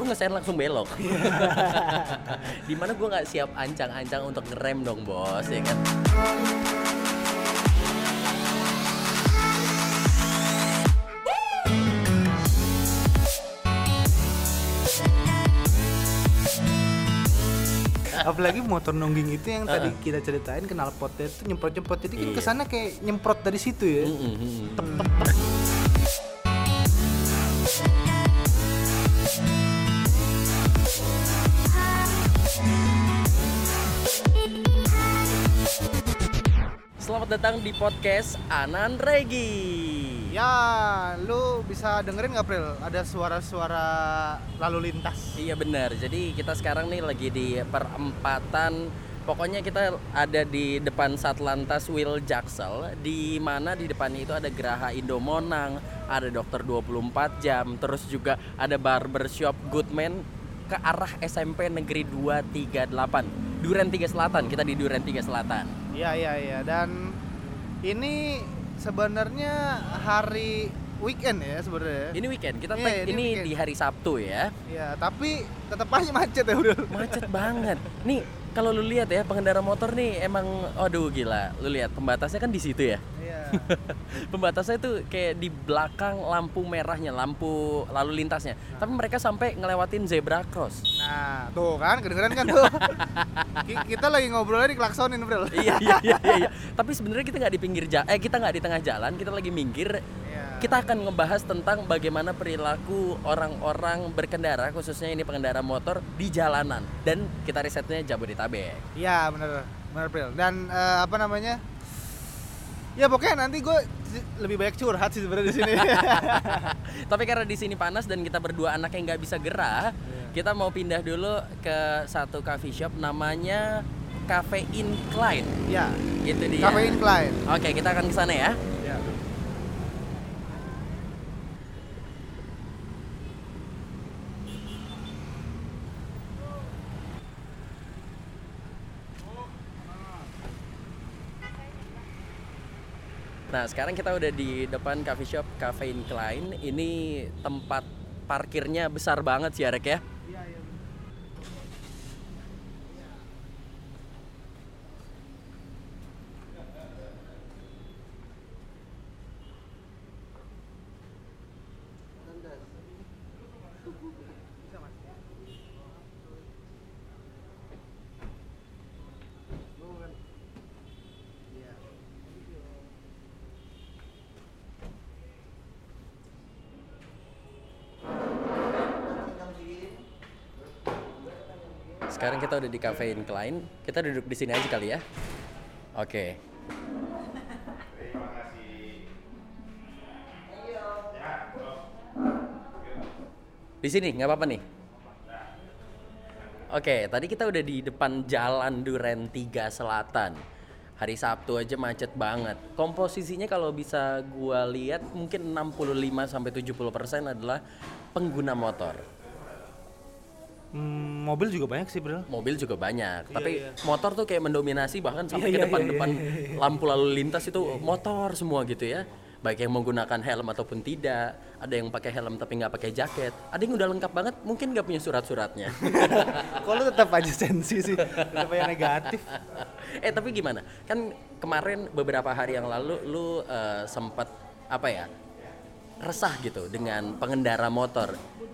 ngesen langsung belok. Dimana gue nggak siap ancang-ancang untuk ngerem dong bos, ya kan? Apalagi motor nongging itu yang tadi kita ceritain knalpotnya itu nyemprot-nyemprot, jadi kan kesana kayak nyemprot dari situ ya. Selamat datang di podcast Anan Regi. Ya, lu bisa dengerin nggak, Pril? Ada suara-suara lalu lintas. Iya benar. Jadi kita sekarang nih lagi di perempatan. Pokoknya kita ada di depan Satlantas Wil Jaksel, di mana di depannya itu ada Geraha Indomonang, ada Dokter 24 Jam, terus juga ada Barbershop Goodman ke arah SMP Negeri 238. Duren 3 Selatan. Kita di Duren 3 Selatan. Iya. Dan ini sebenarnya hari weekend ya sebenarnya. Ini weekend. Kita tag ini weekend. Di hari Sabtu ya. Iya, tapi tetap aja macet ya udah. Macet banget. Nih, kalau lu lihat ya pengendara motor nih emang aduh gila. Lu lihat pembatasnya kan di situ ya. Iya. Pembatasnya itu kayak di belakang lampu merahnya, lampu lalu lintasnya. Tapi mereka sampai ngelewatin zebra cross. Nah, tuh kan kedengeran kan tuh. Kita lagi ngobrolnya diklaksonin, Bro. Iya. Tapi sebenarnya kita nggak di pinggir kita nggak di tengah jalan, kita lagi minggir. Iya. Kita akan ngebahas tentang bagaimana perilaku orang-orang berkendara, khususnya ini pengendara motor di jalanan. Dan kita risetnya Jabodetabek. Iya, benar, Bro. Dan apa namanya? Ya pokoknya nanti gue lebih banyak curhat sih sebenarnya di sini. Tapi karena di sini panas dan kita berdua anak yang nggak bisa gerah, kita mau pindah dulu ke satu coffee shop namanya Cafe Incline. Ya. Itu dia. Cafe Incline. Oke, kita akan ke sana ya. Ya. Nah, sekarang kita udah di depan coffee shop Cafe Incline. Ini tempat parkirnya besar banget sih, Arek ya. Iya. Sekarang kita udah di Cafe Incline. Kita duduk di sini aja kali ya. Oke. Di sini nggak apa-apa nih. Oke, tadi kita udah di depan Jalan Duren 3 Selatan. Hari Sabtu aja macet banget. Komposisinya kalau bisa gua lihat mungkin 65-70% adalah pengguna motor. Mobil juga banyak sih, Bro. Mobil juga banyak, tapi iya. Motor tuh kayak mendominasi bahkan sampai ke depan-depan lampu lalu lintas itu motor semua gitu ya. Baik yang menggunakan helm ataupun tidak, ada yang pakai helm tapi nggak pakai jaket, ada yang udah lengkap banget mungkin nggak punya surat-suratnya. Kok lu tetap aja sensi sih, tetap aja negatif. Tapi gimana? Kan kemarin beberapa hari yang lalu lu sempat resah gitu dengan pengendara motor.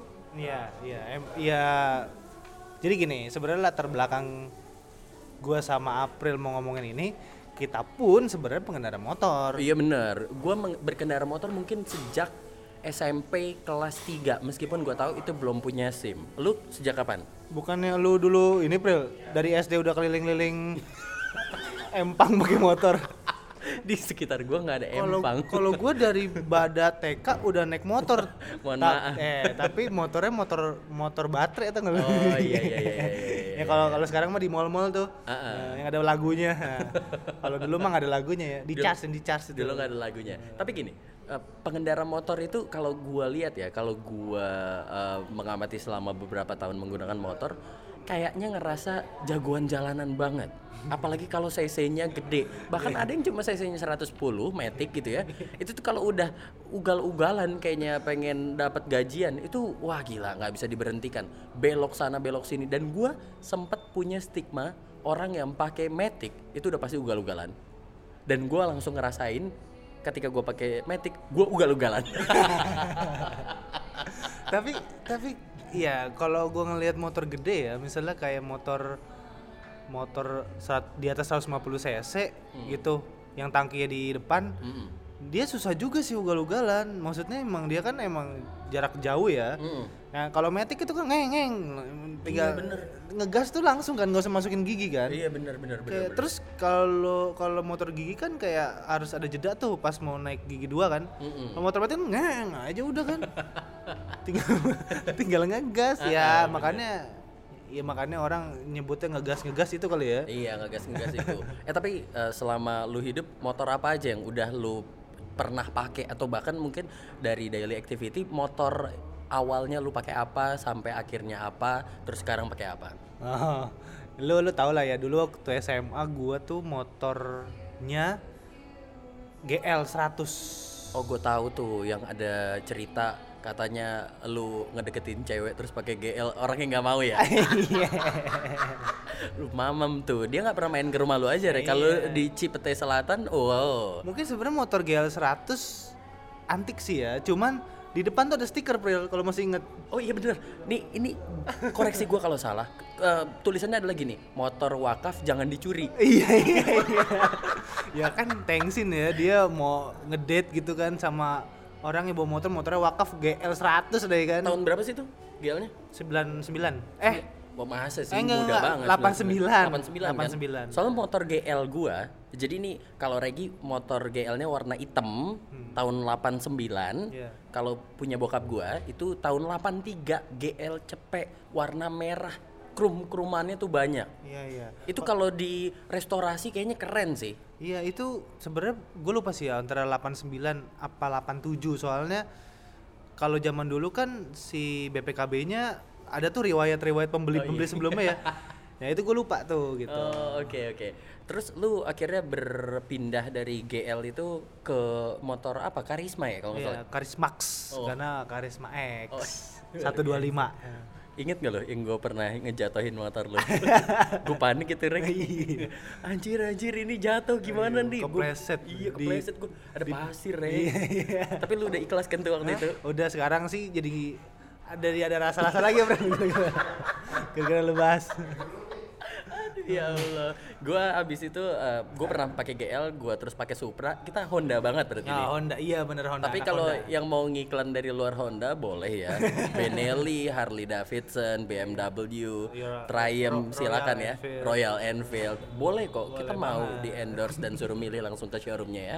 Iya. Jadi gini, sebenarnya latar belakang gue sama April mau ngomongin ini, kita pun sebenarnya pengendara motor. Iya benar. Gue berkendara motor mungkin sejak SMP kelas 3, meskipun gue tahu itu belum punya SIM. Lu sejak kapan? Bukannya lu dulu ini, April, dari SD udah keliling-keliling empang pakai motor? Di sekitar gue nggak ada empang. Kalau gue dari Badat TK udah naik motor. Mohon maaf. Tapi motornya motor baterai atau nggak? Oh iya. Ya kalau sekarang mah di mall-mall tuh, yang ada lagunya. Nah, kalau dulu mah nggak ada lagunya ya, di charge itu. Dulu nggak ada lagunya. Tapi gini, pengendara motor itu kalau gue lihat ya, kalau gue mengamati selama beberapa tahun menggunakan motor, kayaknya ngerasa jagoan jalanan banget. Apalagi kalau cc-nya gede. Bahkan ada yang cuma cc-nya 110 Matic gitu ya. Itu tuh kalau udah ugal-ugalan kayaknya pengen dapat gajian, itu wah gila, nggak bisa diberhentikan. Belok sana belok sini, dan gua sempet punya stigma orang yang pakai Matic itu udah pasti ugal-ugalan. Dan gua langsung ngerasain ketika gua pakai Matic, gua ugal-ugalan. tapi iya, kalau gue ngelihat motor gede ya, misalnya kayak motor di atas 150 cc gitu, yang tangkinya di depan, dia susah juga sih ugal-ugalan. Maksudnya emang dia kan emang jarak jauh ya. Nah kalau Matic itu kan ngeng, tinggal ngegas tuh langsung kan, nggak usah masukin gigi kan. Iya bener. Terus kalau motor gigi kan kayak harus ada jeda tuh pas mau naik gigi 2 kan. Kalau motor Matic kan ngeng aja udah kan. tinggal ngegas ya, makanya orang nyebutnya ngegas itu kali ya. Iya, ngegas itu. Tapi selama lu hidup, motor apa aja yang udah lu pernah pakai, atau bahkan mungkin dari daily activity, motor awalnya lu pakai apa sampai akhirnya apa, terus sekarang pakai apa? Oh, lu tau lah ya, dulu waktu SMA gua tuh motornya GL 100. Oh, gue tahu tuh yang ada cerita katanya lu ngedeketin cewek terus pakai GL, orangnya nggak mau ya. Lu mamam tuh, dia nggak pernah main ke rumah lu aja deh. Kalau di Cipete Selatan, wow. Mungkin sebenarnya motor GL 100 antik sih ya, cuman di depan tuh ada stiker, Pril, kalau masih inget. Oh iya bener, nih ini koreksi gua kalau salah. Tulisannya adalah gini, motor wakaf jangan dicuri. Iya. Ya kan thanksin ya, dia mau ngedate gitu kan sama orang yang bawa motornya wakaf GL 100 deh kan. Tahun berapa sih tuh GL-nya? 99. Wah masa sih, enggak, muda banget. 89. Kan? Soalnya motor GL gua, jadi nih kalau Regi motor GL-nya warna hitam tahun 89. Kalau punya bokap gua itu tahun 83 GL cepek warna merah. Krumannya tuh banyak. Iya. Itu kalau di restorasi kayaknya keren sih. Iya, itu sebenarnya gue lupa sih ya, antara 89 apa 87, soalnya kalau zaman dulu kan si BPKB-nya ada tuh riwayat pembeli sebelumnya ya. Nah itu gue lupa tuh gitu. Oh oke. Terus lu akhirnya berpindah dari GL itu ke motor apa? Karisma ya kalau nggak salah? Iya, Karismax, karena Karisma X 125. Ingat gak lo yang gue pernah ngejatuhin motor lo? Gue panik gitu, Rek. Anjir ini jatuh gimana nih? Kepleset. Kepleset gue. Ada pasir, Rek. Tapi lu udah ikhlas kan tuh waktu itu? Udah, sekarang sih jadi ada rasa-rasa lagi ya, gara-gara lu bahas. Ya Allah, gue abis itu gue pernah pakai GL, gue terus pakai Supra, kita Honda banget berarti. Ya Honda, iya bener Honda. Tapi kalau yang mau ngiklan dari luar Honda boleh ya, Benelli, Harley Davidson, BMW, Triumph silakan ya, Royal Enfield, boleh kok, boleh kita mau di endorse dan suruh milih langsung ke showroomnya ya.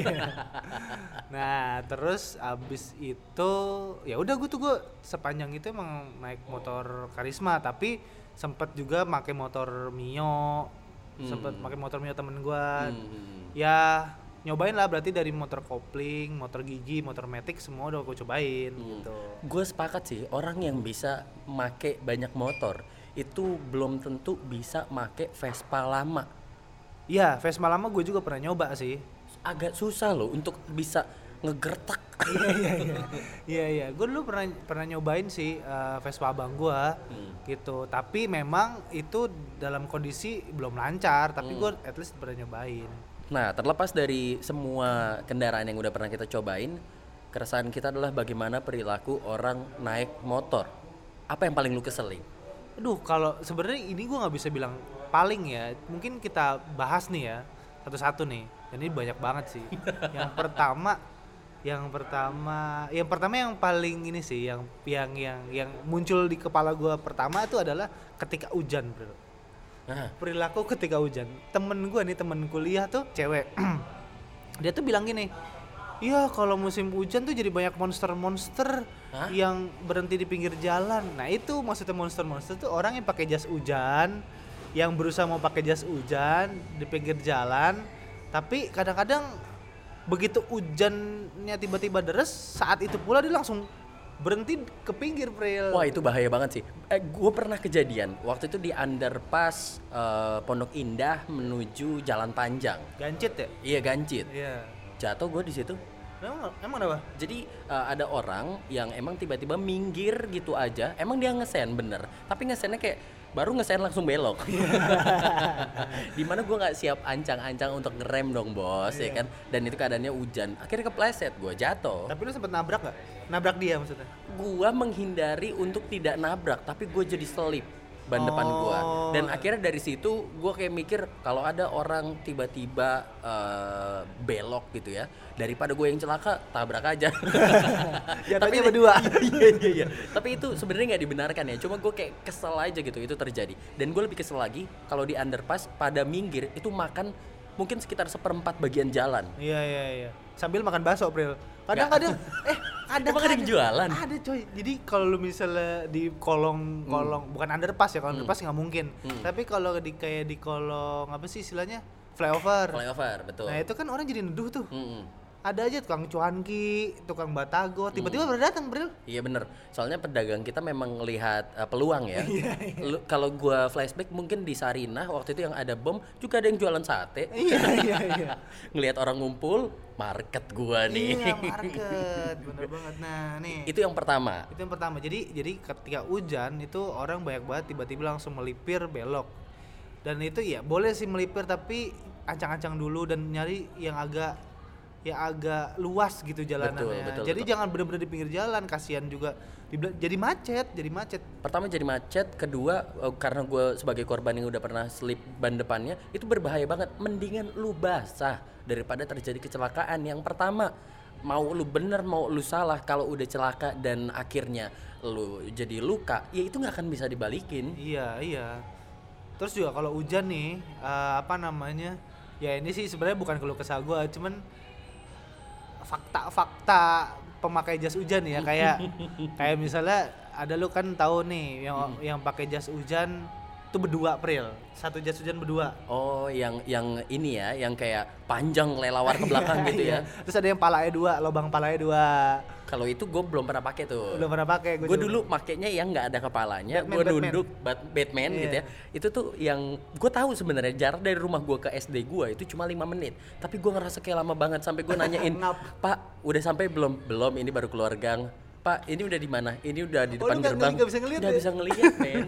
Nah terus abis itu ya udah gue sepanjang itu emang naik motor Karisma, tapi sempet juga pakai motor Mio, temen gue. Ya nyobain lah, berarti dari motor kopling, motor gigi, motor Matic semua udah gue cobain gitu. Gue sepakat sih, orang yang bisa make banyak motor itu belum tentu bisa make Vespa lama. Iya, Vespa lama gue juga pernah nyoba sih. Agak susah loh untuk bisa ngegertak. Iya. Gue dulu pernah nyobain sih Vespa abang gue gitu. Tapi memang itu dalam kondisi belum lancar. Tapi gue at least pernah nyobain. Nah, terlepas dari semua kendaraan yang udah pernah kita cobain, keresahan kita adalah bagaimana perilaku orang naik motor. Apa yang paling lu keselin? Aduh, kalau sebenarnya ini gue nggak bisa bilang paling ya. Mungkin kita bahas nih ya satu-satu nih. Dan ini banyak banget sih. Yang pertama yang paling ini sih, yang muncul di kepala gue pertama itu adalah ketika hujan, bro. Perilaku ketika hujan. Temen kuliah tuh cewek. Dia tuh bilang gini, iya kalau musim hujan tuh jadi banyak monster yang berhenti di pinggir jalan. Nah itu maksudnya monster tuh orang yang pakai jas hujan, yang berusaha mau pakai jas hujan di pinggir jalan. Tapi kadang-kadang begitu hujannya tiba-tiba deres, saat itu pula dia langsung berhenti ke pinggir, Pril. Wah itu bahaya banget sih. Gue pernah kejadian waktu itu di underpass Pondok Indah menuju Jalan Panjang. Gancit ya? Iya gancit. Iya. Jatuh gue di situ. Emang apa? Jadi ada orang yang emang tiba-tiba minggir gitu aja. Emang dia ngesen bener, tapi ngesennya kayak baru ngesen langsung belok. Dimana gue nggak siap ancang-ancang untuk ngerem dong bos, ya kan. Dan itu keadaannya hujan. Akhirnya kepleset, gue jatuh. Tapi lu sempet nabrak nggak? Nabrak dia maksudnya? Gue menghindari untuk tidak nabrak, tapi gue jadi selip ban depan gue. Dan akhirnya dari situ gue kayak mikir kalau ada orang tiba-tiba belok gitu ya, daripada gue yang celaka tabrak aja. Jatuhnya berdua. Iya. Tapi itu sebenarnya nggak dibenarkan ya. Cuma gue kayak kesel aja gitu itu terjadi. Dan gue lebih kesel lagi kalau di underpass pada minggir itu makan mungkin sekitar 1/4 bagian jalan. Iya. Sambil makan bakso, Pril. Kadang-kadang ada yang jualan. Ada coy. Jadi kalau lu misalnya di kolong bukan underpass ya, kalau underpass nggak mungkin. Tapi kalau kayak di kolong apa sih istilahnya? Flyover, betul. Nah, itu kan orang jadi neduh tuh. Ada aja tukang cuanki, tukang batagor, tiba-tiba berdatang, Bril. Iya bener, soalnya pedagang kita memang ngelihat peluang ya. Kalau gua flashback mungkin di Sarinah waktu itu yang ada bom juga ada yang jualan sate. Iya. Ngelihat orang ngumpul, market gua nih. Iya, market, bener banget. Nah nih. Itu yang pertama. Jadi ketika hujan itu orang banyak banget tiba-tiba langsung melipir belok. Dan itu ya boleh sih melipir tapi ancang-ancang dulu dan nyari yang agak luas gitu jalanannya. Betul. Jadi jangan benar-benar di pinggir jalan, kasihan juga. Jadi macet. Pertama jadi macet, kedua karena gue sebagai korban yang udah pernah slip ban depannya, itu berbahaya banget. Mendingan lu basah daripada terjadi kecelakaan. Yang pertama, mau lu bener mau lu salah, kalau udah celaka dan akhirnya lu jadi luka, ya itu nggak akan bisa dibalikin. Iya. Terus juga kalau hujan nih, ya ini sih sebenarnya bukan keluh kesah gue, cuman fakta pemakai jas hujan ya, kayak misalnya ada lu kan tahu nih yang pakai jas hujan tuh berdua, Pril. Satu jas hujan berdua. Oh, yang ini ya, yang kayak panjang lelawar ke belakang gitu ya. Terus ada yang palanya 2, lubang palanya 2. Kalau itu gue belum pernah pakai tuh. Belum pernah pakai. Gue dulu makainya yang nggak ada kepalanya, gue nunduk Batman gitu ya. Itu tuh yang gue tahu sebenarnya jarak dari rumah gue ke SD gue itu cuma 5 menit. Tapi gue ngerasa kayak lama banget sampai gue nanyain, Pak, udah sampai belum? Belum, ini baru keluar gang. Pak, ini udah di mana? Ini udah di depan gerbang. Nggak bisa ngeliat. Nggak bisa ngeliat, men.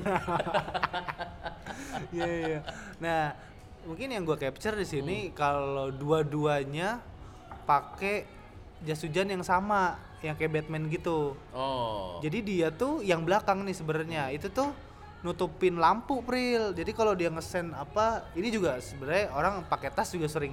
Iya. Nah, mungkin yang gue capture di sini kalau dua-duanya pakai jas hujan yang sama, yang kayak Batman gitu. Oh. Jadi dia tuh yang belakang nih sebenarnya itu tuh nutupin lampu, Pril. Jadi kalau dia ngesen ini juga sebenarnya orang pakai tas juga sering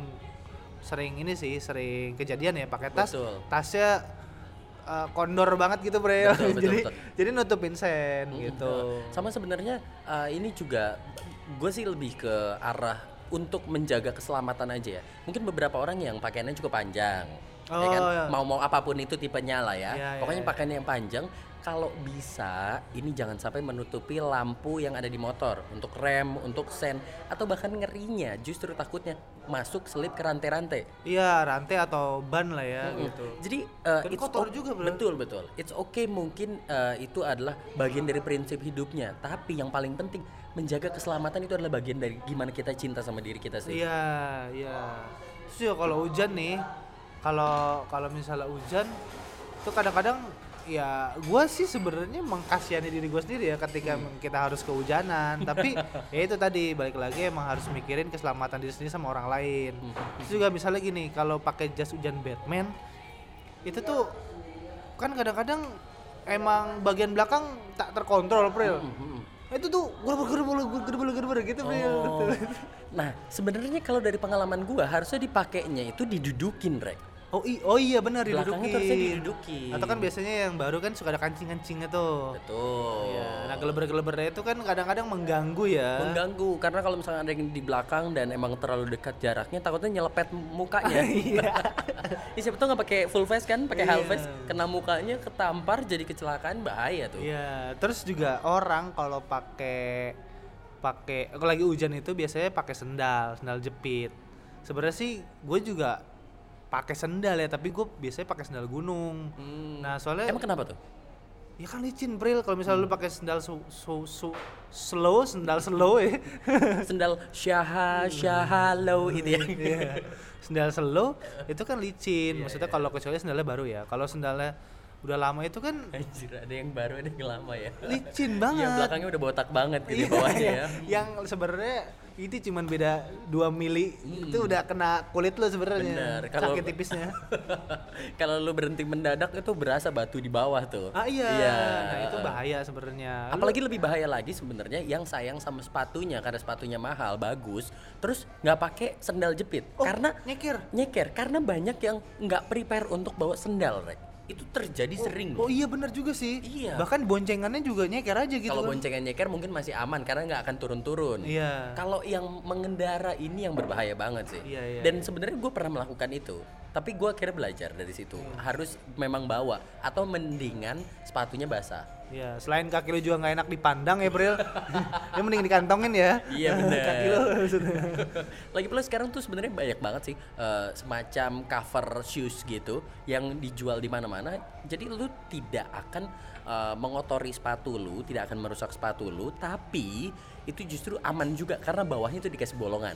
kejadian ya, pakai tas. Betul. Tasnya kondor banget gitu, Pril. Betul. Jadi nutupin sen gitu. Sama sebenarnya ini juga gue sih lebih ke arah untuk menjaga keselamatan aja ya. Mungkin beberapa orang yang pakaiannya cukup panjang. Ya kan? Iya. Mau apapun itu tipenya lah ya. Iya, Pokoknya iya. pakaian yang panjang, kalau bisa ini jangan sampai menutupi lampu yang ada di motor, untuk rem, untuk sen, atau bahkan ngerinya justru takutnya masuk selip ke rantai-rantai. Iya, rantai atau ban lah ya gitu. Jadi Dan kotor juga, bro. Betul. It's okay, mungkin itu adalah bagian dari prinsip hidupnya. Tapi yang paling penting menjaga keselamatan itu adalah bagian dari gimana kita cinta sama diri kita sih. Iya. Terus ya kalau hujan nih, kalau misalnya hujan tuh kadang-kadang ya gue sih sebenarnya mengkasihani diri gue sendiri ya ketika kita harus kehujanan. Tapi ya itu tadi balik lagi emang harus mikirin keselamatan diri sendiri sama orang lain. Terus juga misalnya gini, kalau pakai jas hujan Batman itu tuh kan kadang-kadang emang bagian belakang tak terkontrol, Pril. Itu tuh gerber gitu, Pril. Nah, sebenarnya kalau dari pengalaman gua harusnya dipakainya itu didudukin, Rek. Oh iya benar, Belakangnya tuh harusnya didudukin. Atau kan biasanya yang baru kan suka ada kancing-kancingnya tuh. Betul. Iya, nah geleber-gelebernya itu kan kadang-kadang mengganggu ya. Mengganggu karena kalau misalnya ada yang di belakang dan emang terlalu dekat jaraknya takutnya nyelepet mukanya. Iya. Ya, siapa tuh nggak pakai full face kan, pakai half face, kena mukanya ketampar jadi kecelakaan, bahaya tuh. Iya, terus juga orang kalau kalau lagi hujan itu biasanya pakai sendal jepit. Sebenarnya sih gue juga pakai sendal ya, tapi gue biasanya pakai sendal gunung. Nah soalnya Emang kenapa tuh? Ya kan licin, Bril. Kalau misalnya lu pakai sendal sendal slow ya. Sendal syaha-low itu ya. Iya. Sendal slow itu kan licin. Maksudnya kalau kecuali sendalnya baru ya. Kalau sendalnya udah lama itu kan anjir, ada yang baru ada yang lama ya. Licin banget. Yang belakangnya udah botak banget gitu bawahnya ya. Yang sebenarnya itu cuman beda 2 mili itu udah kena kulit lu sebenarnya. Sakit tipisnya. Kalau lu berhenti mendadak itu berasa batu di bawah tuh. Iya. Nah, itu bahaya sebenarnya. Apalagi lebih bahaya lagi sebenarnya yang sayang sama sepatunya karena sepatunya mahal, bagus, terus nggak pakai sendal jepit. Karena nyeker karena banyak yang nggak prepare untuk bawa sendal, Rek. Itu terjadi sering. Oh iya benar juga sih. Iya. Bahkan boncengannya juga nyeker aja gitu. Kalau boncengan nyeker mungkin masih aman karena nggak akan turun-turun. Iya. Kalau yang mengendara ini yang berbahaya banget sih. Iya. Dan sebenarnya gue pernah melakukan itu. Tapi gue akhirnya belajar dari situ. Harus memang bawa atau mendingan sepatunya basah. Iya, selain kaki lu juga nggak enak dipandang ya, Bril. Ya mending dikantongin ya. Iya benar. Kaki lu maksudnya. Lagi pula sekarang tuh sebenarnya banyak banget sih semacam cover shoes gitu yang dijual di mana-mana. Jadi lu tidak akan mengotori sepatu lu, tidak akan merusak sepatu lu, tapi itu justru aman juga karena bawahnya itu dikasih bolongan.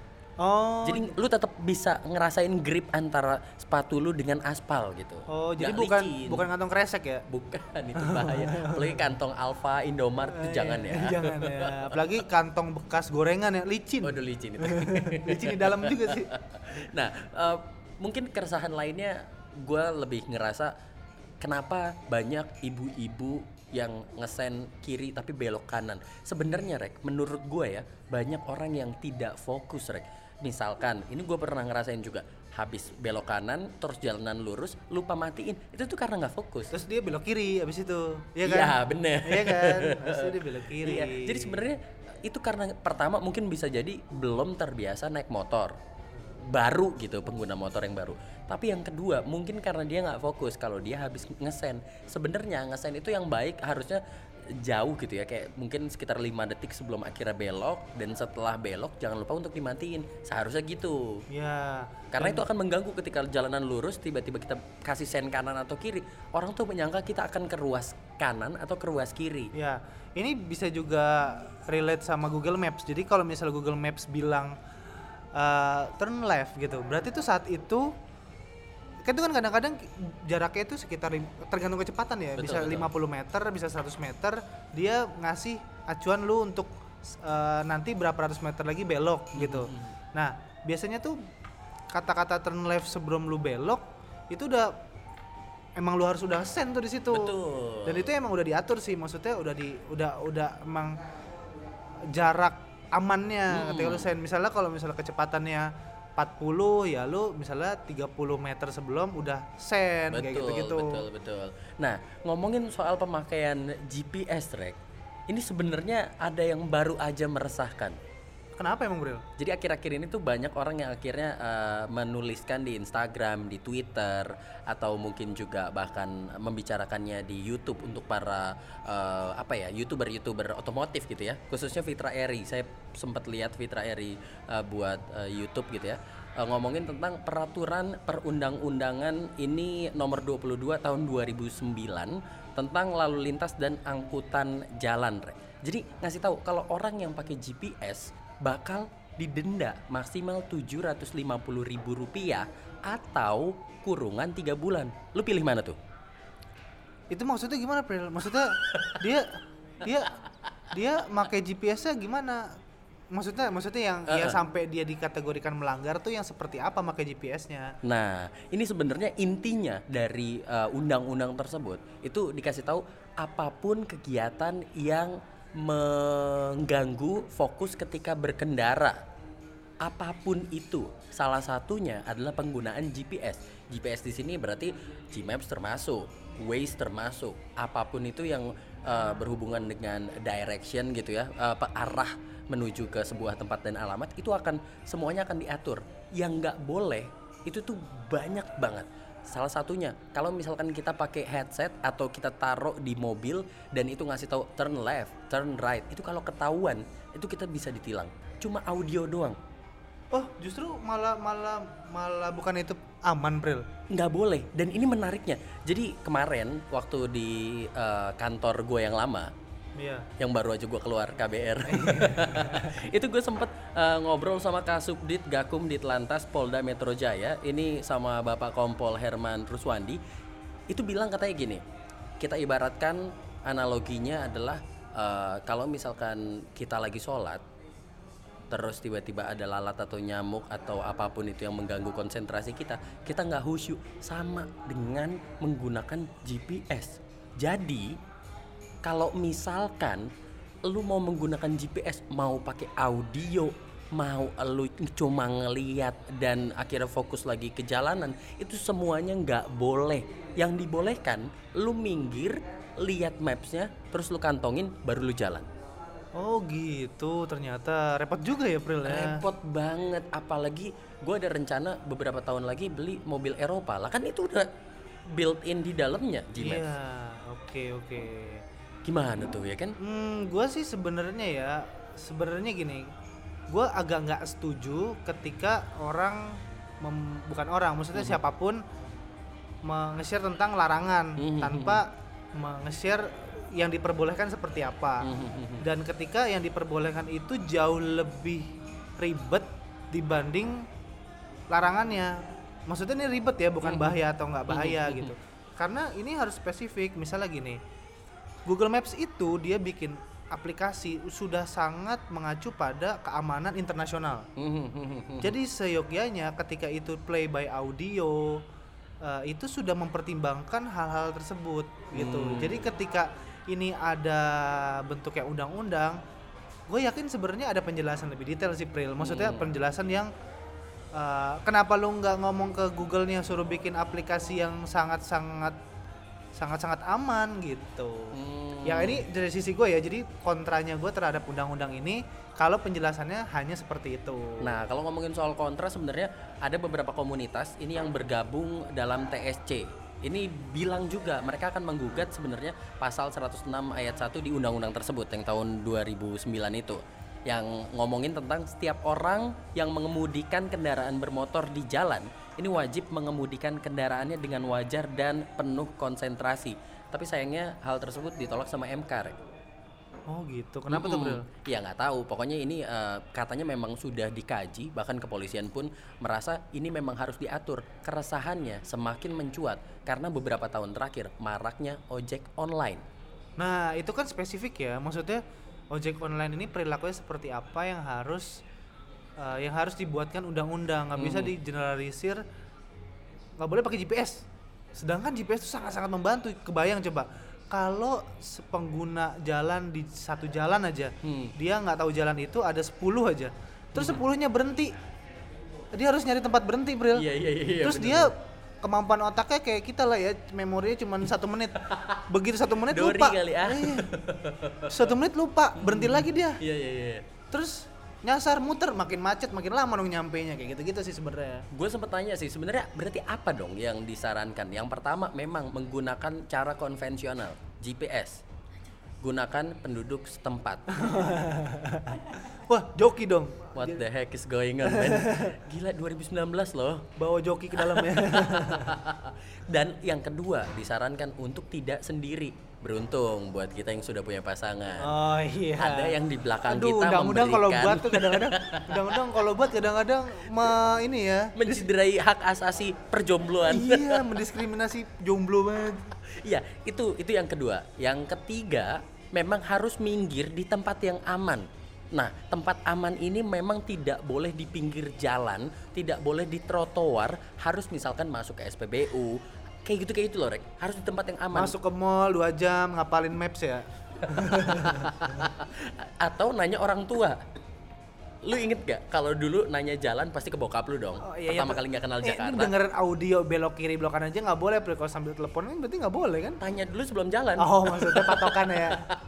Oh. Jadi lu tetap bisa ngerasain grip antara sepatu lu dengan aspal gitu. Oh, jadi licin. bukan kantong kresek ya? Bukan, itu bahaya. Apalagi kantong Alfa, Indomart itu jangan ya. Jangan ya. Apalagi kantong bekas gorengan ya, licin. Waduh licin itu. Licin di dalam juga sih. Nah, mungkin keresahan lainnya gue lebih ngerasa kenapa banyak ibu-ibu yang ngesen kiri tapi belok kanan. Sebenarnya Rek, menurut gue ya banyak orang yang tidak fokus Rek. Misalkan, ini gue pernah ngerasain juga, habis belok kanan terus jalanan lurus lupa matiin, itu tuh karena nggak fokus. Terus dia belok kiri abis itu, iya kan? Iya bener. Iya kan, terus dia belok kiri. Iya. Jadi sebenarnya itu karena pertama mungkin bisa jadi belum terbiasa naik motor baru gitu, pengguna motor yang baru. Tapi yang kedua mungkin karena dia nggak fokus kalau dia habis ngesen. Sebenarnya ngesen itu yang baik harusnya jauh gitu ya, kayak mungkin sekitar 5 detik sebelum akhirnya belok, dan setelah belok jangan lupa untuk dimatiin, seharusnya gitu ya. Karena itu akan mengganggu ketika jalanan lurus tiba-tiba kita kasih sen kanan atau kiri, orang tuh menyangka kita akan ke ruas kanan atau ke ruas kiri. Ya, ini bisa juga relate sama Google Maps. Jadi kalau misalnya Google Maps bilang turn left gitu, berarti tuh saat itu kan itu kan kadang-kadang jaraknya itu sekitar tergantung kecepatan ya, betul, bisa 50 meter, bisa 100 meter, dia ngasih acuan lu untuk nanti berapa ratus meter lagi belok gitu. Nah, biasanya tuh kata-kata turn left sebelum lu belok itu udah emang lu harus udah send tuh di situ. Betul. Dan itu emang udah diatur sih, maksudnya udah emang jarak amannya ketika lu send. Misalnya kalau misalnya kecepatannya 40 ya lu misalnya 30 meter sebelum udah send, kayak gitu-gitu. Betul. Nah, ngomongin soal pemakaian GPS Rek, ini sebenarnya ada yang baru aja meresahkan. Kenapa emang Bril? Jadi akhir-akhir ini tuh banyak orang yang akhirnya menuliskan di Instagram, di Twitter, atau mungkin juga bahkan membicarakannya di YouTube untuk para YouTuber otomotif gitu ya. Khususnya Fitra Eri. Saya sempat lihat Fitra Eri buat YouTube gitu ya. Ngomongin tentang peraturan perundang-undangan ini nomor 22 tahun 2009 tentang lalu lintas dan angkutan jalan. Jadi ngasih tahu kalau orang yang pakai GPS bakal didenda maksimal Rp750.000 atau kurungan 3 bulan. Lu pilih mana tuh? Itu maksudnya gimana, Pril? Maksudnya dia pakai GPS-nya gimana? Maksudnya yang sampai dia dikategorikan melanggar tuh yang seperti apa pakai GPS-nya? Nah, ini sebenarnya intinya dari undang-undang tersebut itu dikasih tahu apapun kegiatan yang mengganggu fokus ketika berkendara, apapun itu, salah satunya adalah penggunaan GPS. GPS di sini berarti Gmaps termasuk, Waze termasuk, apapun itu yang berhubungan dengan direction gitu ya, arah menuju ke sebuah tempat dan alamat, itu semuanya akan diatur. Yang nggak boleh itu tuh banyak banget. Salah satunya kalau misalkan kita pakai headset atau kita taruh di mobil dan itu ngasih tahu turn left, turn right, itu kalau ketahuan itu kita bisa ditilang. Cuma audio doang. Oh, justru malah bukan itu aman, Pril. Nggak boleh. Dan ini menariknya. Jadi kemarin waktu di kantor gue yang lama, yang baru aja gue keluar KBR, itu gue sempet ngobrol sama Kasubdit Gakum Ditlantas Polda Metro Jaya. Ini sama Bapak Kompol Herman Ruswandi. Itu bilang katanya gini, kita ibaratkan analoginya adalah kalau misalkan kita lagi sholat, terus tiba-tiba ada lalat atau nyamuk atau apapun itu yang mengganggu konsentrasi kita nggak khusyuk, sama dengan menggunakan GPS. Jadi kalau misalkan lu mau menggunakan GPS, mau pakai audio, mau lu cuma ngeliat dan akhirnya fokus lagi ke jalanan, itu semuanya nggak boleh. Yang dibolehkan lu minggir, lihat mapsnya, terus lu kantongin, baru lu jalan. Oh gitu, ternyata repot juga ya, Pril ya. Repot banget, apalagi gue ada rencana beberapa tahun lagi beli mobil Eropa lah, kan itu udah built in di dalamnya Gmaps. Iya, oke. Gimana tuh ya kan? Gue sih sebenarnya gini, gue agak nggak setuju ketika orang bukan orang, maksudnya siapapun nge-share tentang larangan tanpa nge-share yang diperbolehkan seperti apa. Dan ketika yang diperbolehkan itu jauh lebih ribet dibanding larangannya. Maksudnya ini ribet ya, bukan bahaya atau nggak bahaya gitu. Karena ini harus spesifik. Misalnya gini, Google Maps itu dia bikin aplikasi sudah sangat mengacu pada keamanan internasional. Jadi seyogyanya ketika itu play by audio, itu sudah mempertimbangkan hal-hal tersebut gitu. Jadi ketika ini ada bentuknya undang-undang, gue yakin sebenarnya ada penjelasan lebih detail sih, Pril. Maksudnya penjelasan yang kenapa lu nggak ngomong ke Google-nya suruh bikin aplikasi yang sangat-sangat aman gitu. Yang ini dari sisi gue ya, jadi kontranya gue terhadap undang-undang ini kalau penjelasannya hanya seperti itu. Nah, kalau ngomongin soal kontra, sebenarnya ada beberapa komunitas ini yang bergabung dalam TSC. Ini bilang juga mereka akan menggugat sebenarnya pasal 106 ayat 1 di undang-undang tersebut yang tahun 2009 itu, yang ngomongin tentang setiap orang yang mengemudikan kendaraan bermotor di jalan ini wajib mengemudikan kendaraannya dengan wajar dan penuh konsentrasi. Tapi sayangnya hal tersebut ditolak sama MK, Rek. Oh gitu, kenapa tuh, Bro? Ya nggak tahu, pokoknya ini katanya memang sudah dikaji, bahkan kepolisian pun merasa ini memang harus diatur. Keresahannya semakin mencuat karena beberapa tahun terakhir maraknya ojek online. Nah itu kan spesifik ya, maksudnya ojek online ini perilakunya seperti apa yang harus dibuatkan undang-undang, nggak bisa digeneralisir, nggak boleh pakai GPS. Sedangkan GPS itu sangat-sangat membantu. Kebayang coba kalau pengguna jalan di satu jalan aja, dia nggak tahu jalan itu ada 10 aja, terus 10-nya berhenti, dia harus nyari tempat berhenti, Bril. Iya, terus bener. Dia kemampuan otaknya kayak kita lah ya, memorinya cuma 1 menit. Begitu 1 menit Dori lupa. Kali, 1 menit lupa, berhenti lagi dia. Iya. Terus nyasar, muter, makin macet, makin lama dong nyampenya, kayak gitu-gitu sih sebenarnya. Gue sempet tanya sih, sebenarnya berarti apa dong yang disarankan? Yang pertama memang menggunakan cara konvensional, GPS. Gunakan penduduk setempat. Wah, joki dong. What the heck is going on, man? Gila, 2019 loh. Bawa joki ke dalamnya. Dan yang kedua, disarankan untuk tidak sendiri. Beruntung buat kita yang sudah punya pasangan. Oh iya. Ada yang di belakang Aduh, kita undang-undang memberikan. kalau buat tuh kadang-kadang ini ya. Mencederai hak asasi perjombloan. Iya, mendiskriminasi jomblo banget. Iya, itu yang kedua. Yang ketiga, memang harus minggir di tempat yang aman. Nah, tempat aman ini memang tidak boleh di pinggir jalan, tidak boleh di trotoar, harus misalkan masuk ke SPBU, kayak gitu loh, Rek. Harus di tempat yang aman. Masuk ke mall 2 jam ngapalin maps ya. Atau nanya orang tua. Lu inget gak kalau dulu nanya jalan pasti ke bokap lu dong. Pertama kali nggak kenal Jakarta. Ini dengerin audio belok kiri belok kanan aja nggak boleh, kalau sambil telepon kan berarti nggak boleh kan? Tanya dulu sebelum jalan. Oh, maksudnya patokan ya.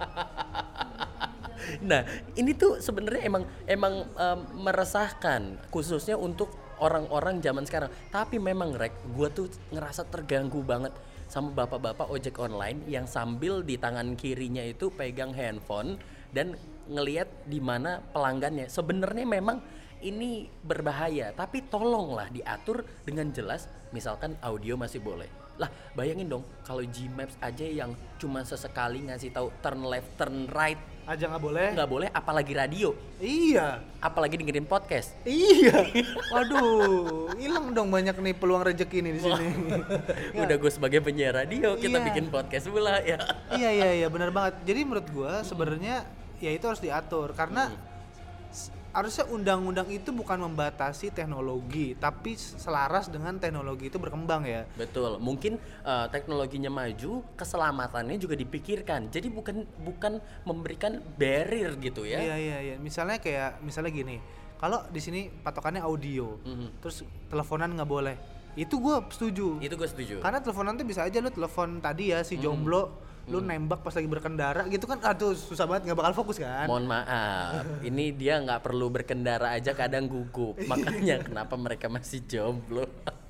Nah, ini tuh sebenarnya emang meresahkan, khususnya untuk orang-orang zaman sekarang. Tapi memang, Rek, gue tuh ngerasa terganggu banget sama bapak-bapak ojek online yang sambil di tangan kirinya itu pegang handphone dan ngelihat di mana pelanggannya. Sebenarnya memang ini berbahaya, tapi tolonglah diatur dengan jelas. Misalkan audio masih boleh. Lah, bayangin dong kalau Gmaps aja yang cuma sesekali ngasih tahu turn left, turn right aja nggak boleh, apalagi radio. Iya, apalagi dengerin podcast. Iya. Waduh, hilang dong banyak nih peluang rezeki nih di sini. Udah gue sebagai penyiar radio, kita bikin podcast pula ya. Iya, benar banget. Jadi menurut gue sebenarnya ya itu harus diatur karena harusnya undang-undang itu bukan membatasi teknologi, tapi selaras dengan teknologi itu berkembang ya. Betul. Mungkin teknologinya maju, keselamatannya juga dipikirkan. Jadi bukan memberikan barrier gitu ya. Iya. Misalnya gini, kalau di sini patokannya audio, terus teleponan nggak boleh. Itu gue setuju. Karena teleponan tuh bisa aja lu telepon tadi ya si jomblo. Lu nembak pas lagi berkendara gitu kan, aduh susah banget, nggak bakal fokus kan. Mohon maaf, ini dia nggak perlu berkendara aja kadang gugup, makanya kenapa mereka masih jomblo.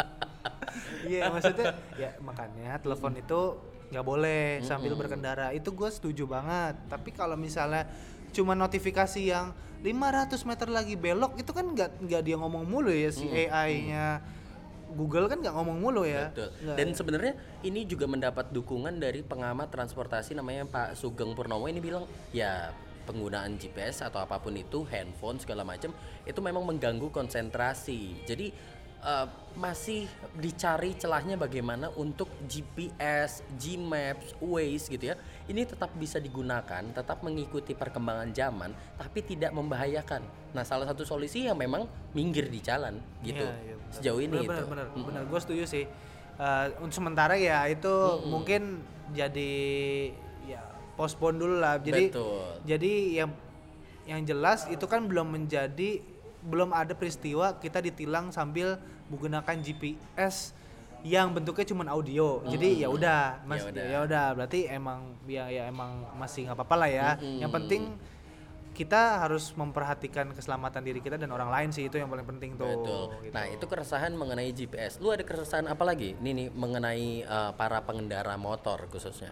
Iya maksudnya ya makanya telepon itu nggak boleh sambil berkendara, itu gue setuju banget. Tapi kalau misalnya cuma notifikasi yang 500 meter lagi belok, itu kan nggak dia ngomong mulu ya si AI-nya. Google kan nggak ngomong mulu ya. Betul. Dan sebenarnya ini juga mendapat dukungan dari pengamat transportasi namanya Pak Sugeng Purnomo. Ini bilang ya penggunaan GPS atau apapun itu, handphone segala macam itu memang mengganggu konsentrasi. Jadi masih dicari celahnya bagaimana untuk GPS, Gmaps, Waze gitu ya. Ini tetap bisa digunakan, tetap mengikuti perkembangan zaman, tapi tidak membahayakan. Nah, salah satu solusi yang memang minggir di jalan gitu. Iya, sejauh ini benar, gue setuju sih. Untuk sementara ya itu mungkin jadi ya postpone dulu lah. Jadi yang jelas itu kan belum ada peristiwa kita ditilang sambil menggunakan GPS yang bentuknya cuma audio. Jadi ya udah berarti emang masih nggak apa-apa lah ya. Yang penting kita harus memperhatikan keselamatan diri kita dan orang lain sih, itu yang paling penting tuh. Betul. Gitu. Nah, itu keresahan mengenai GPS. Lu ada keresahan apa lagi? Nih mengenai para pengendara motor khususnya.